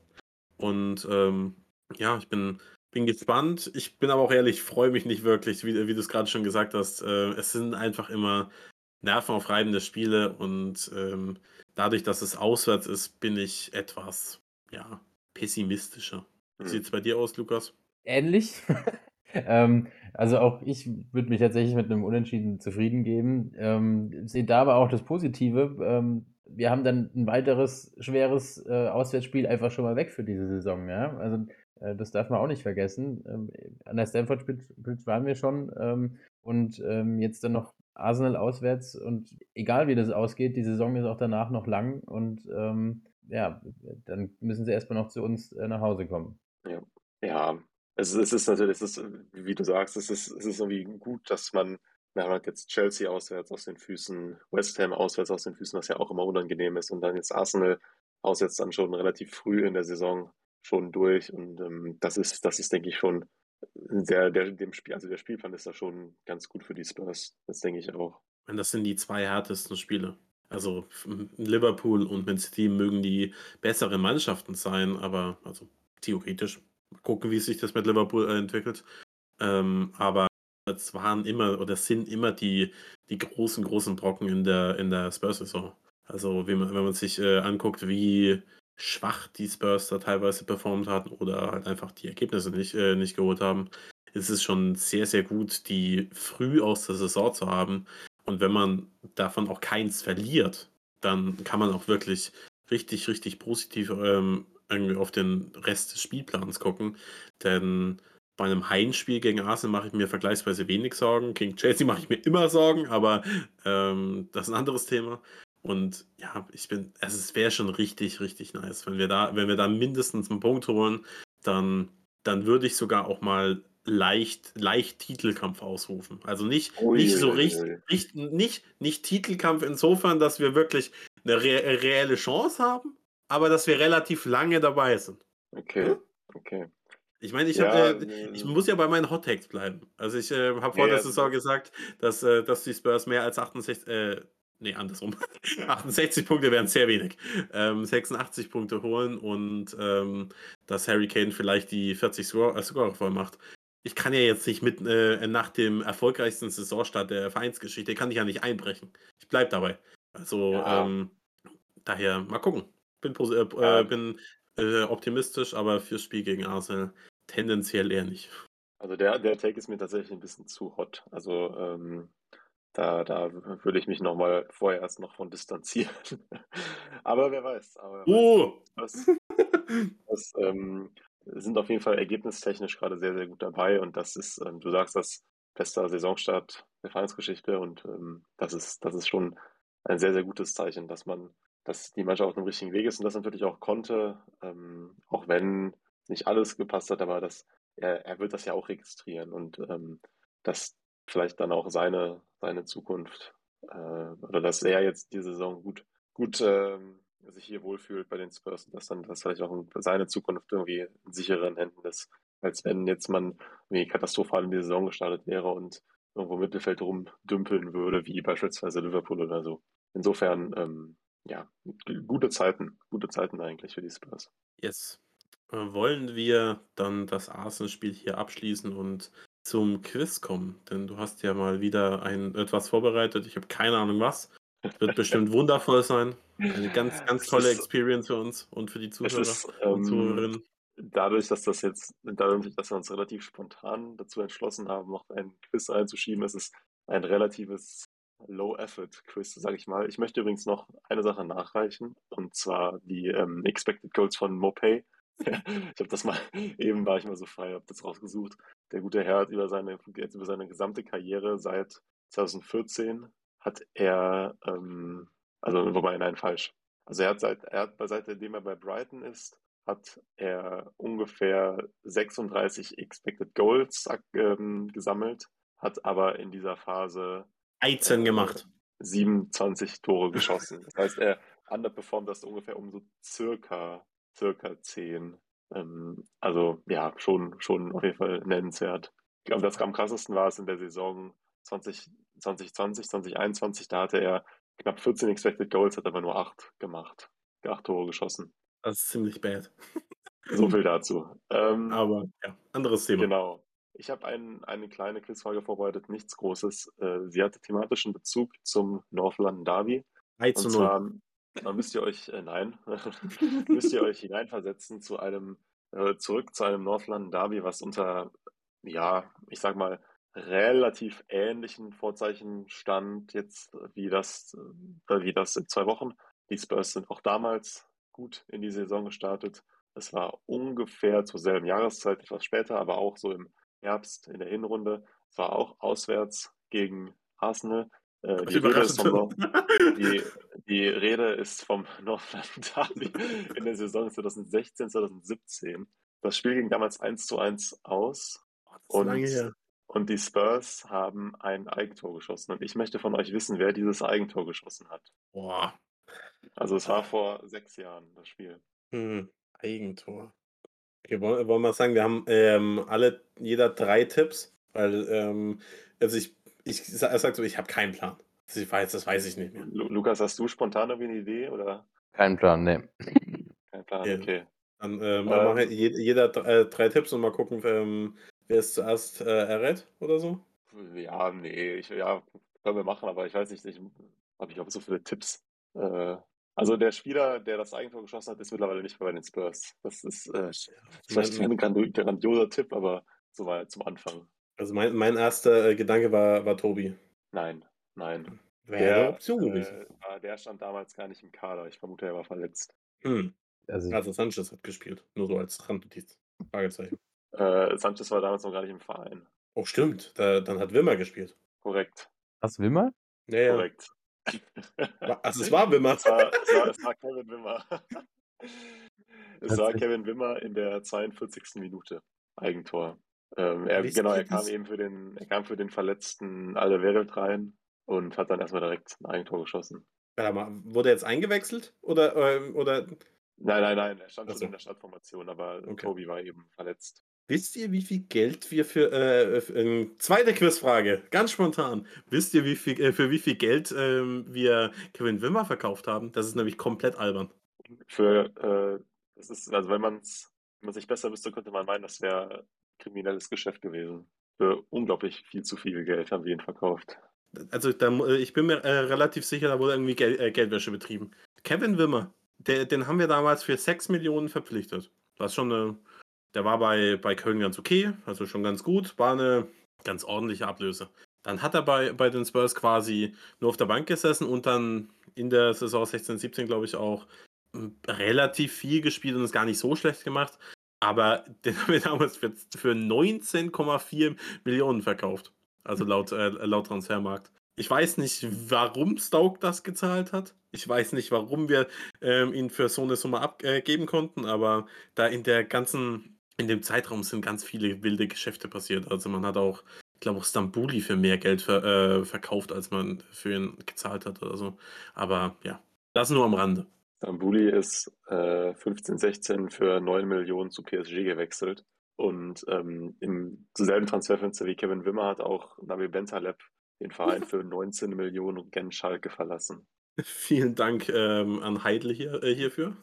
Und ähm, ja, ich bin, bin gespannt. Ich bin aber auch ehrlich, freue mich nicht wirklich, wie, wie du es gerade schon gesagt hast. Äh, es sind einfach immer nervenaufreibende Spiele und ähm, dadurch, dass es auswärts ist, bin ich etwas ja, pessimistischer. Wie sieht es bei dir aus, Lukas? Ähnlich. ähm, also auch ich würde mich tatsächlich mit einem Unentschieden zufrieden geben. Ähm, sehe da aber auch das Positive. Ähm, wir haben dann ein weiteres schweres äh, Auswärtsspiel einfach schon mal weg für diese Saison. Ja? Also äh, das darf man auch nicht vergessen. Ähm, an der Stamford Bridge waren wir schon ähm, und ähm, jetzt dann noch Arsenal auswärts und egal wie das ausgeht, die Saison ist auch danach noch lang und ähm, ja, dann müssen sie erstmal noch zu uns äh, nach Hause kommen. Ja, ja. Es, ist- es ist natürlich, es ist, wie du sagst, es ist, es ist irgendwie gut, dass man, man hat jetzt Chelsea auswärts aus den Füßen, West Ham auswärts aus den Füßen, was ja auch immer unangenehm ist, und dann jetzt Arsenal auswärts dann schon relativ früh in der Saison schon durch. Und ähm, das ist, das ist, denke ich, schon sehr, der, dem Spiel, also der Spielplan ist da schon ganz gut für die Spurs. Das denke ich auch. Und das sind die zwei härtesten Spiele. Also f- Liverpool und Man City mögen die besseren Mannschaften sein, aber also theoretisch mal gucken, wie sich das mit Liverpool äh, entwickelt. Ähm, aber es waren immer oder sind immer die, die großen, großen Brocken in der, in der Spurs-Saison. Also wenn man, wenn man sich äh, anguckt, wie schwach die Spurs da teilweise performt hatten oder halt einfach die Ergebnisse nicht, äh, nicht geholt haben, ist es schon sehr, sehr gut, die früh aus der Saison zu haben. Und wenn man davon auch keins verliert, dann kann man auch wirklich richtig, richtig positiv ähm, irgendwie auf den Rest des Spielplans gucken. Denn bei einem Heimspiel gegen Arsenal mache ich mir vergleichsweise wenig Sorgen. Gegen Chelsea mache ich mir immer Sorgen, aber ähm, das ist ein anderes Thema. Und ja, ich bin, also es wäre schon richtig, richtig nice. Wenn wir da, wenn wir da mindestens einen Punkt holen, dann, dann würde ich sogar auch mal leicht, leicht Titelkampf ausrufen. Also nicht, nicht so richtig, Uiuiui. richtig, nicht, nicht Titelkampf insofern, dass wir wirklich eine re reelle Chance haben, aber dass wir relativ lange dabei sind. Okay, Hm? okay. Ich meine, ich, hab, Ja, äh, ich äh, muss ja bei meinen Hot Takes bleiben. Also ich äh, habe vor nee, der also Saison das, gesagt, dass, äh, dass die Spurs mehr als achtundsechzig, äh, nee, andersrum. achtundsechzig Punkte wären sehr wenig. Ähm, sechsundachtzig Punkte holen und ähm, dass Harry Kane vielleicht die vierzig Score, äh, Score voll macht. Ich kann ja jetzt nicht mit äh, nach dem erfolgreichsten Saisonstart der Vereinsgeschichte, kann ich ja nicht einbrechen. Ich bleib dabei. Also ja, ähm, daher mal gucken. Bin, posi- äh, ja, äh, bin äh, optimistisch, aber fürs Spiel gegen Arsenal tendenziell eher nicht. also der, der Take ist mir tatsächlich ein bisschen zu hot. Also ähm, da, da würde ich mich nochmal vorher erst noch von distanzieren. Aber wer weiß, aber wer weiß. Oh! Das, das ähm, sind auf jeden Fall ergebnistechnisch gerade sehr, sehr gut dabei und das ist, ähm, du sagst das, bester Saisonstart der Vereinsgeschichte und ähm, das ist, das ist schon ein sehr, sehr gutes Zeichen, dass man, dass die Mannschaft auf dem richtigen Weg ist und das natürlich auch konnte, ähm, auch wenn nicht alles gepasst hat, aber das, er, er wird das ja auch registrieren und ähm, dass vielleicht dann auch seine, seine Zukunft äh, oder dass er jetzt die Saison gut, gut ähm, sich hier wohlfühlt bei den Spurs und dass dann das vielleicht auch seine Zukunft irgendwie in sicheren Händen ist, als wenn jetzt man irgendwie katastrophal in die Saison gestartet wäre und irgendwo im Mittelfeld rumdümpeln würde, wie beispielsweise Liverpool oder so. Insofern, ähm, ja, gute Zeiten, gute Zeiten eigentlich für die Spurs. Yes. Äh, wollen wir dann das Arsenal-Spiel hier abschließen und zum Quiz kommen? Denn du hast ja mal wieder ein etwas vorbereitet. Ich habe keine Ahnung was. Es wird bestimmt wundervoll sein. Eine ganz, ganz Es tolle ist, Experience für uns und für die es Zuhörer ist und ähm, Zuhörerinnen. dadurch, dass das jetzt, dadurch, dass wir uns relativ spontan dazu entschlossen haben, noch ein Quiz einzuschieben, ist es ein relatives Low-Effort-Quiz, sage ich mal. Ich möchte übrigens noch eine Sache nachreichen, und zwar die ähm, Expected Goals von Mopay. Ich habe das mal, eben war ich mal so frei, habe das rausgesucht. Der gute Herr hat über seine, jetzt über seine gesamte Karriere seit zwanzig vierzehn hat er, ähm, also wobei, nein, falsch. Also er hat seit, er hat, seitdem er bei Brighton ist, hat er ungefähr sechsunddreißig Expected Goals ähm, gesammelt, hat aber in dieser Phase dreizehn äh, gemacht. siebenundzwanzig Tore geschossen. Das heißt, er underperformt das ungefähr um so circa, circa zehn. Ähm, also ja, schon, schon auf jeden Fall nennenswert. Ich glaube, das am krassesten war es in der Saison zwanzig, zwanzig zwanzig, zwanzig einundzwanzig. Da hatte er knapp vierzehn Expected Goals, hat aber nur acht gemacht. Acht Tore geschossen. Das ist ziemlich bad. So viel dazu. Ähm, Aber ja, anderes Thema. genau. Ich habe ein, eine kleine Quizfrage vorbereitet, nichts Großes. Äh, sie hatte thematischen Bezug zum North London Derby. drei Und zu null. zwar äh, müsst ihr euch, äh, nein, müsst ihr euch hineinversetzen zu einem, äh, zurück zu einem North London Derby, was unter, ja, ich sag mal, relativ ähnlichen Vorzeichen stand jetzt, wie das, äh, wie das in zwei Wochen. Die Spurs sind auch damals gut in die Saison gestartet. Es war ungefähr zur selben Jahreszeit, etwas später, aber auch so im Herbst in der Hinrunde. Es war auch auswärts gegen Arsenal. Äh, die Rede ist vom Überraschend. North, die, die Rede ist vom North Derby in der Saison zwanzig sechzehn, zwanzig siebzehn. Das Spiel ging damals eins zu eins aus Oh, das ist lange und, her. und die Spurs haben ein Eigentor geschossen. Und ich möchte von euch wissen, wer dieses Eigentor geschossen hat. Boah. Also es war vor sechs Jahren, das Spiel. Hm. Eigentor. Okay, wollen, wollen wir sagen, wir haben ähm, alle, jeder drei Tipps, weil, ähm, also ich, ich sag, sag so, ich habe keinen Plan. Das, ich weiß, das weiß ich nicht mehr. Lu Lukas, hast du spontan irgendwie eine Idee oder Kein Plan, ne. kein Plan? Ja. Okay. Dann äh, machen wir Ähm, je, jeder drei, äh, drei Tipps und mal gucken, ähm, wer es zuerst äh, errät oder so. ja, nee, ich, ja, können wir machen, aber ich weiß nicht, ich habe ich auch so viele Tipps. Äh, also der Spieler, der das Eigentor geschossen hat, ist mittlerweile nicht mehr bei den Spurs. Das ist äh, vielleicht Mein, kein grand- grandioser Tipp, aber so mal zum Anfang. also mein, mein erster äh, Gedanke war, war Tobi. Nein, nein. Wäre eine Der, Option gewesen. äh, war, der stand damals gar nicht im Kader. Ich vermute, er war verletzt. Hm. Also ich, Also Sanchez hat gespielt. Nur so als Randnotiz. Fragezeichen. Äh, Sanchez war damals noch gar nicht im Verein. Oh, stimmt. Da, dann hat Wimmer gespielt. Korrekt, was, Wimmer? Ja, ja. korrekt. Wa- Also es war Wimmer. Es war, es war, es war Kevin Wimmer. Es war Tatsächlich. Kevin Wimmer in der zweiundvierzigsten Minute. Eigentor. Ähm, er, Wisst genau, ihr, er kam wie's- eben für den, er kam für den verletzten Alderweireld rein und hat dann erstmal direkt ein Eigentor geschossen. Warte mal, wurde er jetzt eingewechselt? Oder, ähm, oder Nein, nein, nein, er stand Ach schon so. in der Startformation, aber Okay. Tobi war eben verletzt. wisst ihr, wie viel Geld wir für, äh, für ähm, zweite Quizfrage, ganz spontan. Wisst ihr, wie viel, äh, für wie viel Geld ähm, wir Kevin Wimmer verkauft haben? Das ist nämlich komplett albern. Für, äh, das ist, also wenn man's, wenn man sich besser wüsste, könnte man meinen, das wäre ein kriminelles Geschäft gewesen. Für unglaublich viel zu viel Geld haben wir ihn verkauft. Also da, mu- äh, ich bin mir äh, relativ sicher, da wurde irgendwie Gel äh, Geldwäsche betrieben. Kevin Wimmer, der, den haben wir damals für sechs Millionen verpflichtet. Das schon eine, der war bei, bei Köln ganz okay, also schon ganz gut, war eine ganz ordentliche Ablöse. Dann hat er bei, bei den Spurs quasi nur auf der Bank gesessen und dann in der Saison sechzehn, siebzehn, glaube ich, auch m, relativ viel gespielt und es gar nicht so schlecht gemacht. Aber den haben wir damals für, für neunzehn Komma vier Millionen verkauft. Also laut, äh, laut Transfermarkt. Ich weiß nicht, warum Stoke das gezahlt hat. Ich weiß nicht, warum wir ähm, ihn für so eine Summe abgeben konnten, aber da in der ganzen, in dem Zeitraum sind ganz viele wilde Geschäfte passiert. Also man hat auch, ich glaube auch Stambouli für mehr Geld ver, äh, verkauft, als man für ihn gezahlt hat oder so. Aber ja, das nur am Rande. Stambouli ist äh, fünfzehn, sechzehn für neun Millionen zu P S G gewechselt. Und ähm, im selben Transferfenster wie Kevin Wimmer hat auch Nabil Bentaleb den Verein für neunzehn Millionen gen Schalke verlassen. Vielen Dank ähm, an Heidel hier, äh, hierfür.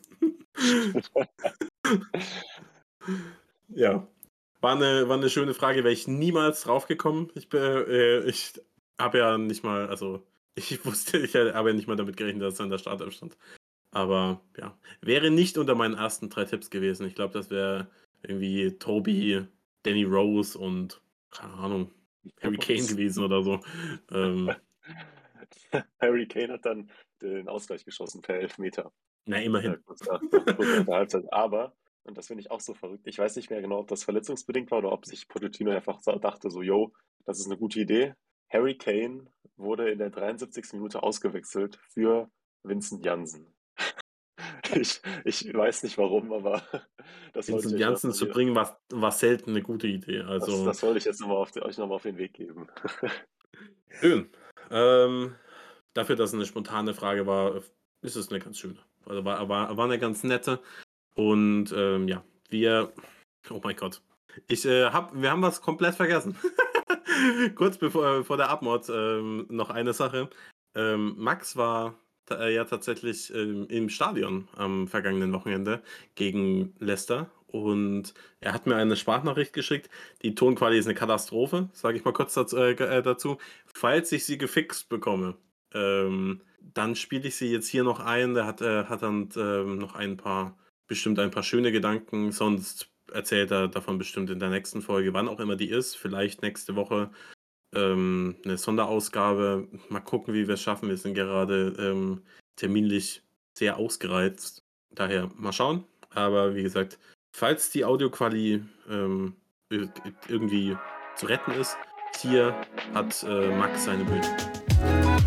Ja, war eine, war eine schöne Frage, wäre ich niemals drauf gekommen. Ich, bin, äh, ich habe ja nicht mal, also ich wusste, ich habe ja nicht mal damit gerechnet, dass er in der Startelf stand. Aber ja, wäre nicht unter meinen ersten drei Tipps gewesen. Ich glaube, das wäre irgendwie Toby, Danny Rose und, keine Ahnung, Harry Kane gewesen oder so. Ähm, Harry Kane hat dann den Ausgleich geschossen per Elfmeter. na, Äh, immerhin. kurz nach, kurz nach der Halbzeit. Aber, und das finde ich auch so verrückt, ich weiß nicht mehr genau, ob das verletzungsbedingt war oder ob sich Pochettino einfach so dachte, so, yo, das ist eine gute Idee. Harry Kane wurde in der dreiundsiebzigsten Minute ausgewechselt für Vincent Janssen. Ich, ich weiß nicht warum, aber das wollte Vincent ich euch Janssen noch zu hier- bringen, war, war selten eine gute Idee. das, Also das wollte ich jetzt nochmal auf, euch nochmal auf den Weg geben. schön. Ähm, dafür, dass es eine spontane Frage war, ist es eine ganz schöne. Also war, war, war eine ganz nette. Und ähm, ja, wir. Oh mein Gott. Ich äh, hab, wir haben was komplett vergessen. Kurz bevor vor der Abmord ähm, noch eine Sache. Ähm, Max war ta- äh, ja tatsächlich ähm, im Stadion am vergangenen Wochenende gegen Leicester und er hat mir eine Sprachnachricht geschickt. Die Tonqualität ist eine Katastrophe, sage ich mal kurz dazu, äh, ge- äh, dazu. Falls ich sie gefixt bekomme, ähm, dann spiele ich sie jetzt hier noch ein. Der hat, äh, hat dann ähm, noch ein paar, bestimmt ein paar schöne Gedanken. Sonst erzählt er davon bestimmt in der nächsten Folge, wann auch immer die ist. Vielleicht nächste Woche ähm, eine Sonderausgabe. Mal gucken, wie wir es schaffen. Wir sind gerade ähm, terminlich sehr ausgereizt. Daher mal schauen. Aber wie gesagt, falls die Audioquali ähm, ir- irgendwie zu retten ist, hier hat äh, Max seine Bühne.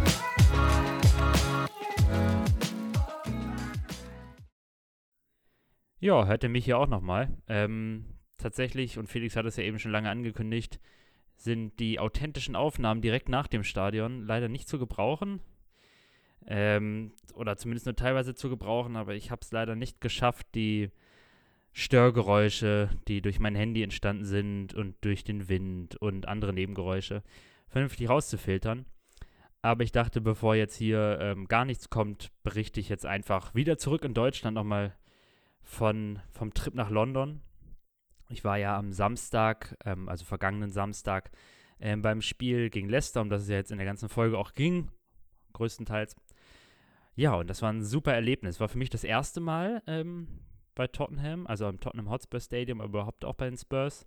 Ja, hört ihr mich hier auch nochmal. Ähm, tatsächlich, und Felix hat es ja eben schon lange angekündigt, sind die authentischen Aufnahmen direkt nach dem Stadion leider nicht zu gebrauchen. Ähm, oder zumindest nur teilweise zu gebrauchen, aber ich habe es leider nicht geschafft, die Störgeräusche, die durch mein Handy entstanden sind und durch den Wind und andere Nebengeräusche, vernünftig rauszufiltern. Aber ich dachte, bevor jetzt hier ähm, gar nichts kommt, berichte ich jetzt einfach wieder zurück in Deutschland nochmal von, vom Trip nach London. Ich war ja am Samstag, ähm, also vergangenen Samstag, ähm, beim Spiel gegen Leicester, um das es ja jetzt in der ganzen Folge auch ging, größtenteils. Ja, und das war ein super Erlebnis. War für mich das erste Mal ähm, bei Tottenham, also im Tottenham Hotspur Stadium, aber überhaupt auch bei den Spurs.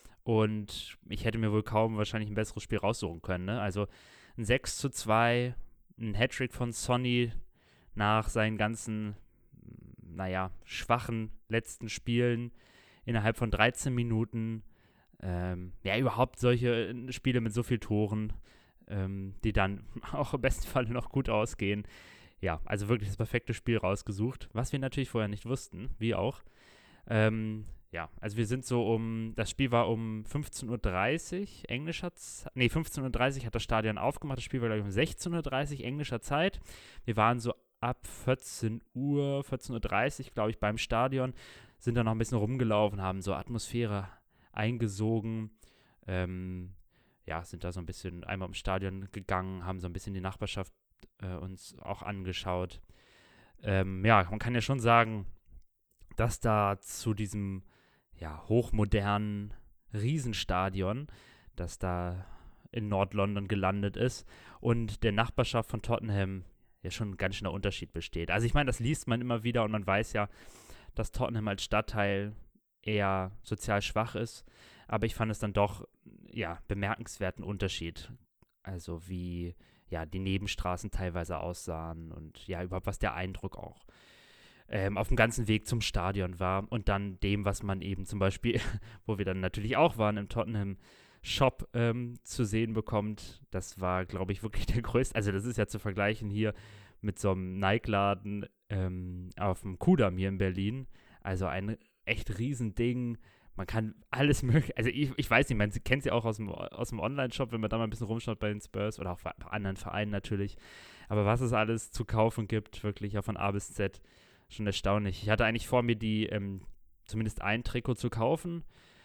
Und ich hätte mir wohl kaum wahrscheinlich ein besseres Spiel raussuchen können. Ne? Also ein sechs zu zwei, ein Hattrick von Sonny nach seinen ganzen, naja, schwachen letzten Spielen innerhalb von dreizehn Minuten. Ähm, ja, überhaupt solche Spiele mit so vielen Toren, ähm, die dann auch im besten Fall noch gut ausgehen. Ja, also wirklich das perfekte Spiel rausgesucht, was wir natürlich vorher nicht wussten, wie auch. Ähm, ja, also wir sind so um, das Spiel war um fünfzehn Uhr dreißig englischer Zeit, nee, fünfzehn Uhr dreißig hat das Stadion aufgemacht, das Spiel war, glaube ich, um sechzehn Uhr dreißig englischer Zeit. Wir waren so ab vierzehn Uhr, vierzehn Uhr dreißig, glaube ich, beim Stadion, sind da noch ein bisschen rumgelaufen, haben so Atmosphäre eingesogen, ähm, ja, sind da so ein bisschen einmal im Stadion gegangen, haben so ein bisschen die Nachbarschaft äh, uns auch angeschaut. Ähm, ja, man kann ja schon sagen, dass da zu diesem ja, hochmodernen Riesenstadion, das da in Nord-London gelandet ist und der Nachbarschaft von Tottenham ja schon ein ganz schöner Unterschied besteht. Also ich meine, das liest man immer wieder und man weiß ja, dass Tottenham als Stadtteil eher sozial schwach ist, aber ich fand es dann doch, ja, bemerkenswerten Unterschied. Also wie, ja, die Nebenstraßen teilweise aussahen und ja, überhaupt was der Eindruck auch ähm, auf dem ganzen Weg zum Stadion war und dann dem, was man eben zum Beispiel, wo wir dann natürlich auch waren, im Tottenham Shop ähm, zu sehen bekommt. Das war, glaube ich, wirklich der größte, also das ist ja zu vergleichen hier mit so einem Nike-Laden ähm, auf dem Kudamm hier in Berlin. Also ein echt Riesending. Man kann alles mögliche, also ich, ich weiß nicht, man kennt sie auch aus dem, aus dem Online-Shop, wenn man da mal ein bisschen rumschaut bei den Spurs oder auch bei anderen Vereinen natürlich. Aber was es alles zu kaufen gibt, wirklich ja von A bis Z, schon erstaunlich. Ich hatte eigentlich vor, mir die, ähm, zumindest ein Trikot zu kaufen.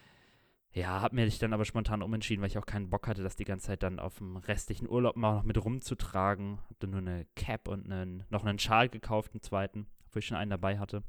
Ja, hab mir dich dann aber spontan umentschieden, weil ich auch keinen Bock hatte, das die ganze Zeit dann auf dem restlichen Urlaub mal noch mit rumzutragen. Hab dann nur eine Cap und einen, noch einen Schal gekauft, einen zweiten, obwohl ich schon einen dabei hatte.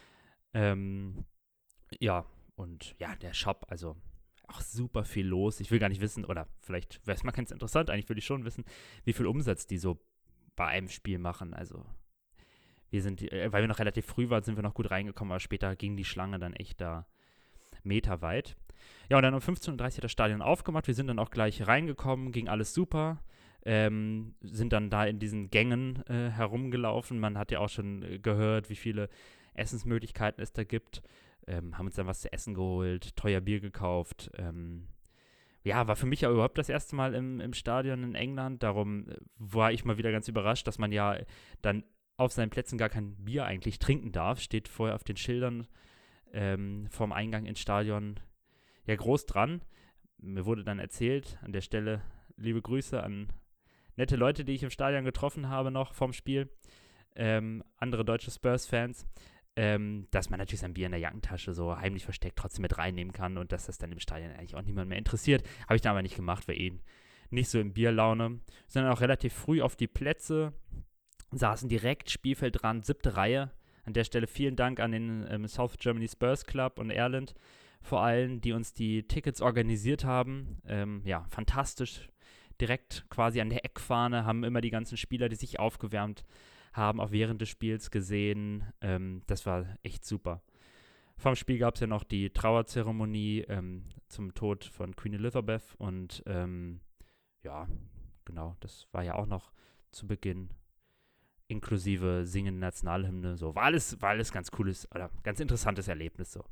Ähm, ja, und ja, der Shop, also auch super viel los. Ich will gar nicht wissen, oder vielleicht wäre es mal ganz interessant, eigentlich würde ich schon wissen, wie viel Umsatz die so bei einem Spiel machen. Also wir sind, äh, weil wir noch relativ früh waren, sind wir noch gut reingekommen, aber später ging die Schlange dann echt da meterweit. Ja, und dann um fünfzehn Uhr dreißig hat das Stadion aufgemacht. Wir sind dann auch gleich reingekommen, ging alles super. Ähm, sind dann da in diesen Gängen äh, herumgelaufen. Man hat ja auch schon äh, gehört, wie viele Essensmöglichkeiten es da gibt. Ähm, haben uns dann was zu essen geholt, teuer Bier gekauft. Ähm, ja, war für mich ja überhaupt das erste Mal im, im Stadion in England. Darum war ich mal wieder ganz überrascht, dass man ja dann auf seinen Plätzen gar kein Bier eigentlich trinken darf. Steht vorher auf den Schildern ähm, vorm Eingang ins Stadion ja groß dran. Mir wurde dann erzählt, an der Stelle liebe Grüße an nette Leute, die ich im Stadion getroffen habe noch vorm Spiel, ähm, andere deutsche Spurs-Fans, ähm, dass man natürlich sein Bier in der Jackentasche so heimlich versteckt trotzdem mit reinnehmen kann und dass das dann im Stadion eigentlich auch niemand mehr interessiert. Habe ich dann aber nicht gemacht, weil eh nicht so in Bierlaune. Sondern auch relativ früh auf die Plätze, saßen direkt Spielfeldrand, siebte Reihe. An der Stelle vielen Dank an den ähm, South Germany Spurs Club und Erland vor allem, die uns die Tickets organisiert haben. Ähm, ja, fantastisch. Direkt quasi an der Eckfahne haben immer die ganzen Spieler, die sich aufgewärmt haben, auch während des Spiels gesehen. Ähm, das war echt super. Vom Spiel gab es ja noch die Trauerzeremonie ähm, zum Tod von Queen Elizabeth und ähm, ja, genau, das war ja auch noch zu Beginn. Inklusive singende Nationalhymne, so. War alles, war alles ganz cooles, oder ganz interessantes Erlebnis, so.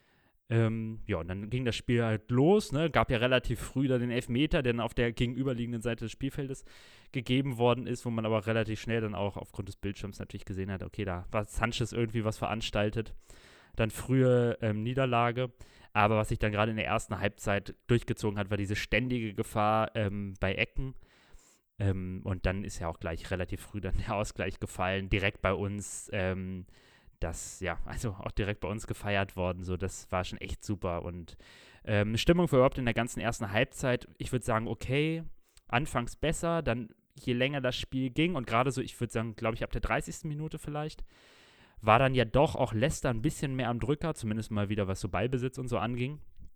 Ähm, ja, und dann ging das Spiel halt los, ne, gab ja relativ früh da den Elfmeter, der dann auf der gegenüberliegenden Seite des Spielfeldes gegeben worden ist, wo man aber relativ schnell dann auch aufgrund des Bildschirms natürlich gesehen hat, okay, da war Sanchez irgendwie was veranstaltet. Dann frühe ähm, Niederlage, aber was sich dann gerade in der ersten Halbzeit durchgezogen hat, war diese ständige Gefahr ähm, bei Ecken. Ähm, und dann ist ja auch gleich relativ früh dann der Ausgleich gefallen, direkt bei uns, ähm, das, ja, also auch direkt bei uns gefeiert worden, so, das war schon echt super und ähm, eine Stimmung für überhaupt in der ganzen ersten Halbzeit, ich würde sagen, okay, anfangs besser, dann je länger das Spiel ging und gerade so, ich würde sagen, glaube ich, ab der dreißigsten Minute vielleicht, war dann ja doch auch Leicester ein bisschen mehr am Drücker, zumindest mal wieder, was so Ballbesitz und so anging.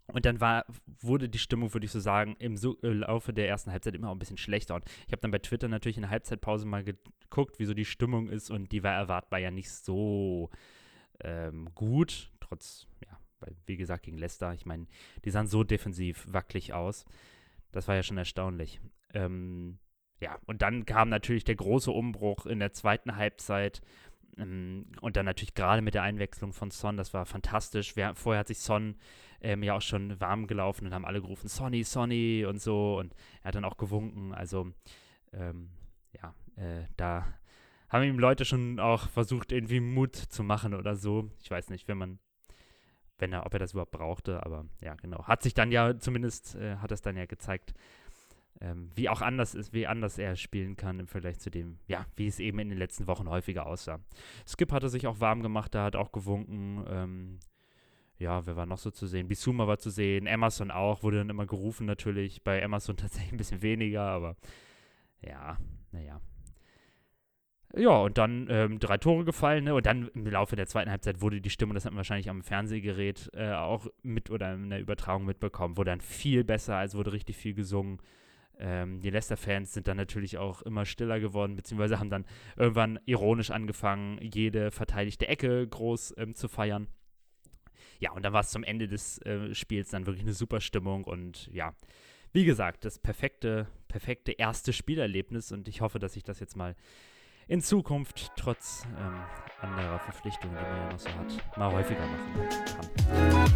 Und dann war, wurde die Stimmung, würde ich so sagen, im so im Laufe der ersten Halbzeit immer auch ein bisschen schlechter. Und ich habe dann bei Twitter natürlich in der Halbzeitpause mal geguckt, wie so die Stimmung ist. Und die war erwartbar ja nicht so ähm, gut. Trotz, ja, weil, wie gesagt, gegen Leicester. Ich meine, die sahen so defensiv wackelig aus. Das war ja schon erstaunlich. Ähm, ja, und dann kam natürlich der große Umbruch in der zweiten Halbzeit. Ähm, und dann natürlich gerade mit der Einwechslung von Son, das war fantastisch. Wer, vorher hat sich Son ähm, ja auch schon warm gelaufen und haben alle gerufen, Sonny, Sonny und so. Und er hat dann auch gewunken. Also, ähm, ja, äh, da haben ihm Leute schon auch versucht, irgendwie Mut zu machen oder so. Ich weiß nicht, wenn man, wenn er, ob er das überhaupt brauchte, aber ja, genau. Hat sich dann ja, zumindest äh, hat es dann ja gezeigt, ähm, wie auch anders ist, wie anders er spielen kann im Vergleich zu dem, ja, wie es eben in den letzten Wochen häufiger aussah. Skip hatte sich auch warm gemacht, da hat auch gewunken, ähm, ja, wer war noch so zu sehen? Bissouma war zu sehen, Emerson auch, wurde dann immer gerufen natürlich, bei Emerson tatsächlich ein bisschen weniger, aber ja, naja. Ja, und dann ähm, drei Tore gefallen, ne? Und dann im Laufe der zweiten Halbzeit wurde die Stimmung, das hat man wahrscheinlich am Fernsehgerät äh, auch mit oder in der Übertragung mitbekommen, wurde dann viel besser, also wurde richtig viel gesungen. Ähm, die Leicester-Fans sind dann natürlich auch immer stiller geworden, beziehungsweise haben dann irgendwann ironisch angefangen, jede verteidigte Ecke groß ähm, zu feiern. Ja, und dann war es zum Ende des äh, Spiels dann wirklich eine super Stimmung und ja, wie gesagt, das perfekte, perfekte erste Spielerlebnis und ich hoffe, dass ich das jetzt mal in Zukunft trotz ähm, anderer Verpflichtungen, die man ja noch so hat, mal häufiger machen kann.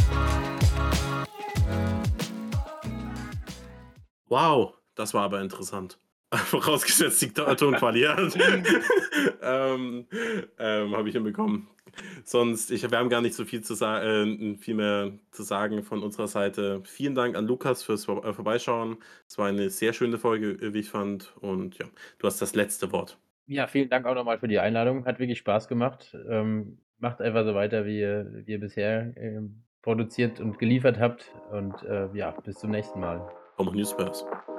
Wow, das war aber interessant. Vorausgesetzt, die Tonquali. ähm, ähm, Habe ich hinbekommen. Sonst, ich, wir haben gar nicht so viel, zu sa- äh, viel mehr zu sagen von unserer Seite. Vielen Dank an Lukas fürs Vor äh, Vorbeischauen. Es war eine sehr schöne Folge, äh, wie ich fand. Und ja, du hast das letzte Wort. Ja, vielen Dank auch nochmal für die Einladung. Hat wirklich Spaß gemacht. Ähm, macht einfach so weiter, wie ihr, wie ihr bisher ähm, produziert und geliefert habt. Und äh, ja, bis zum nächsten Mal. Come on, you Spurs.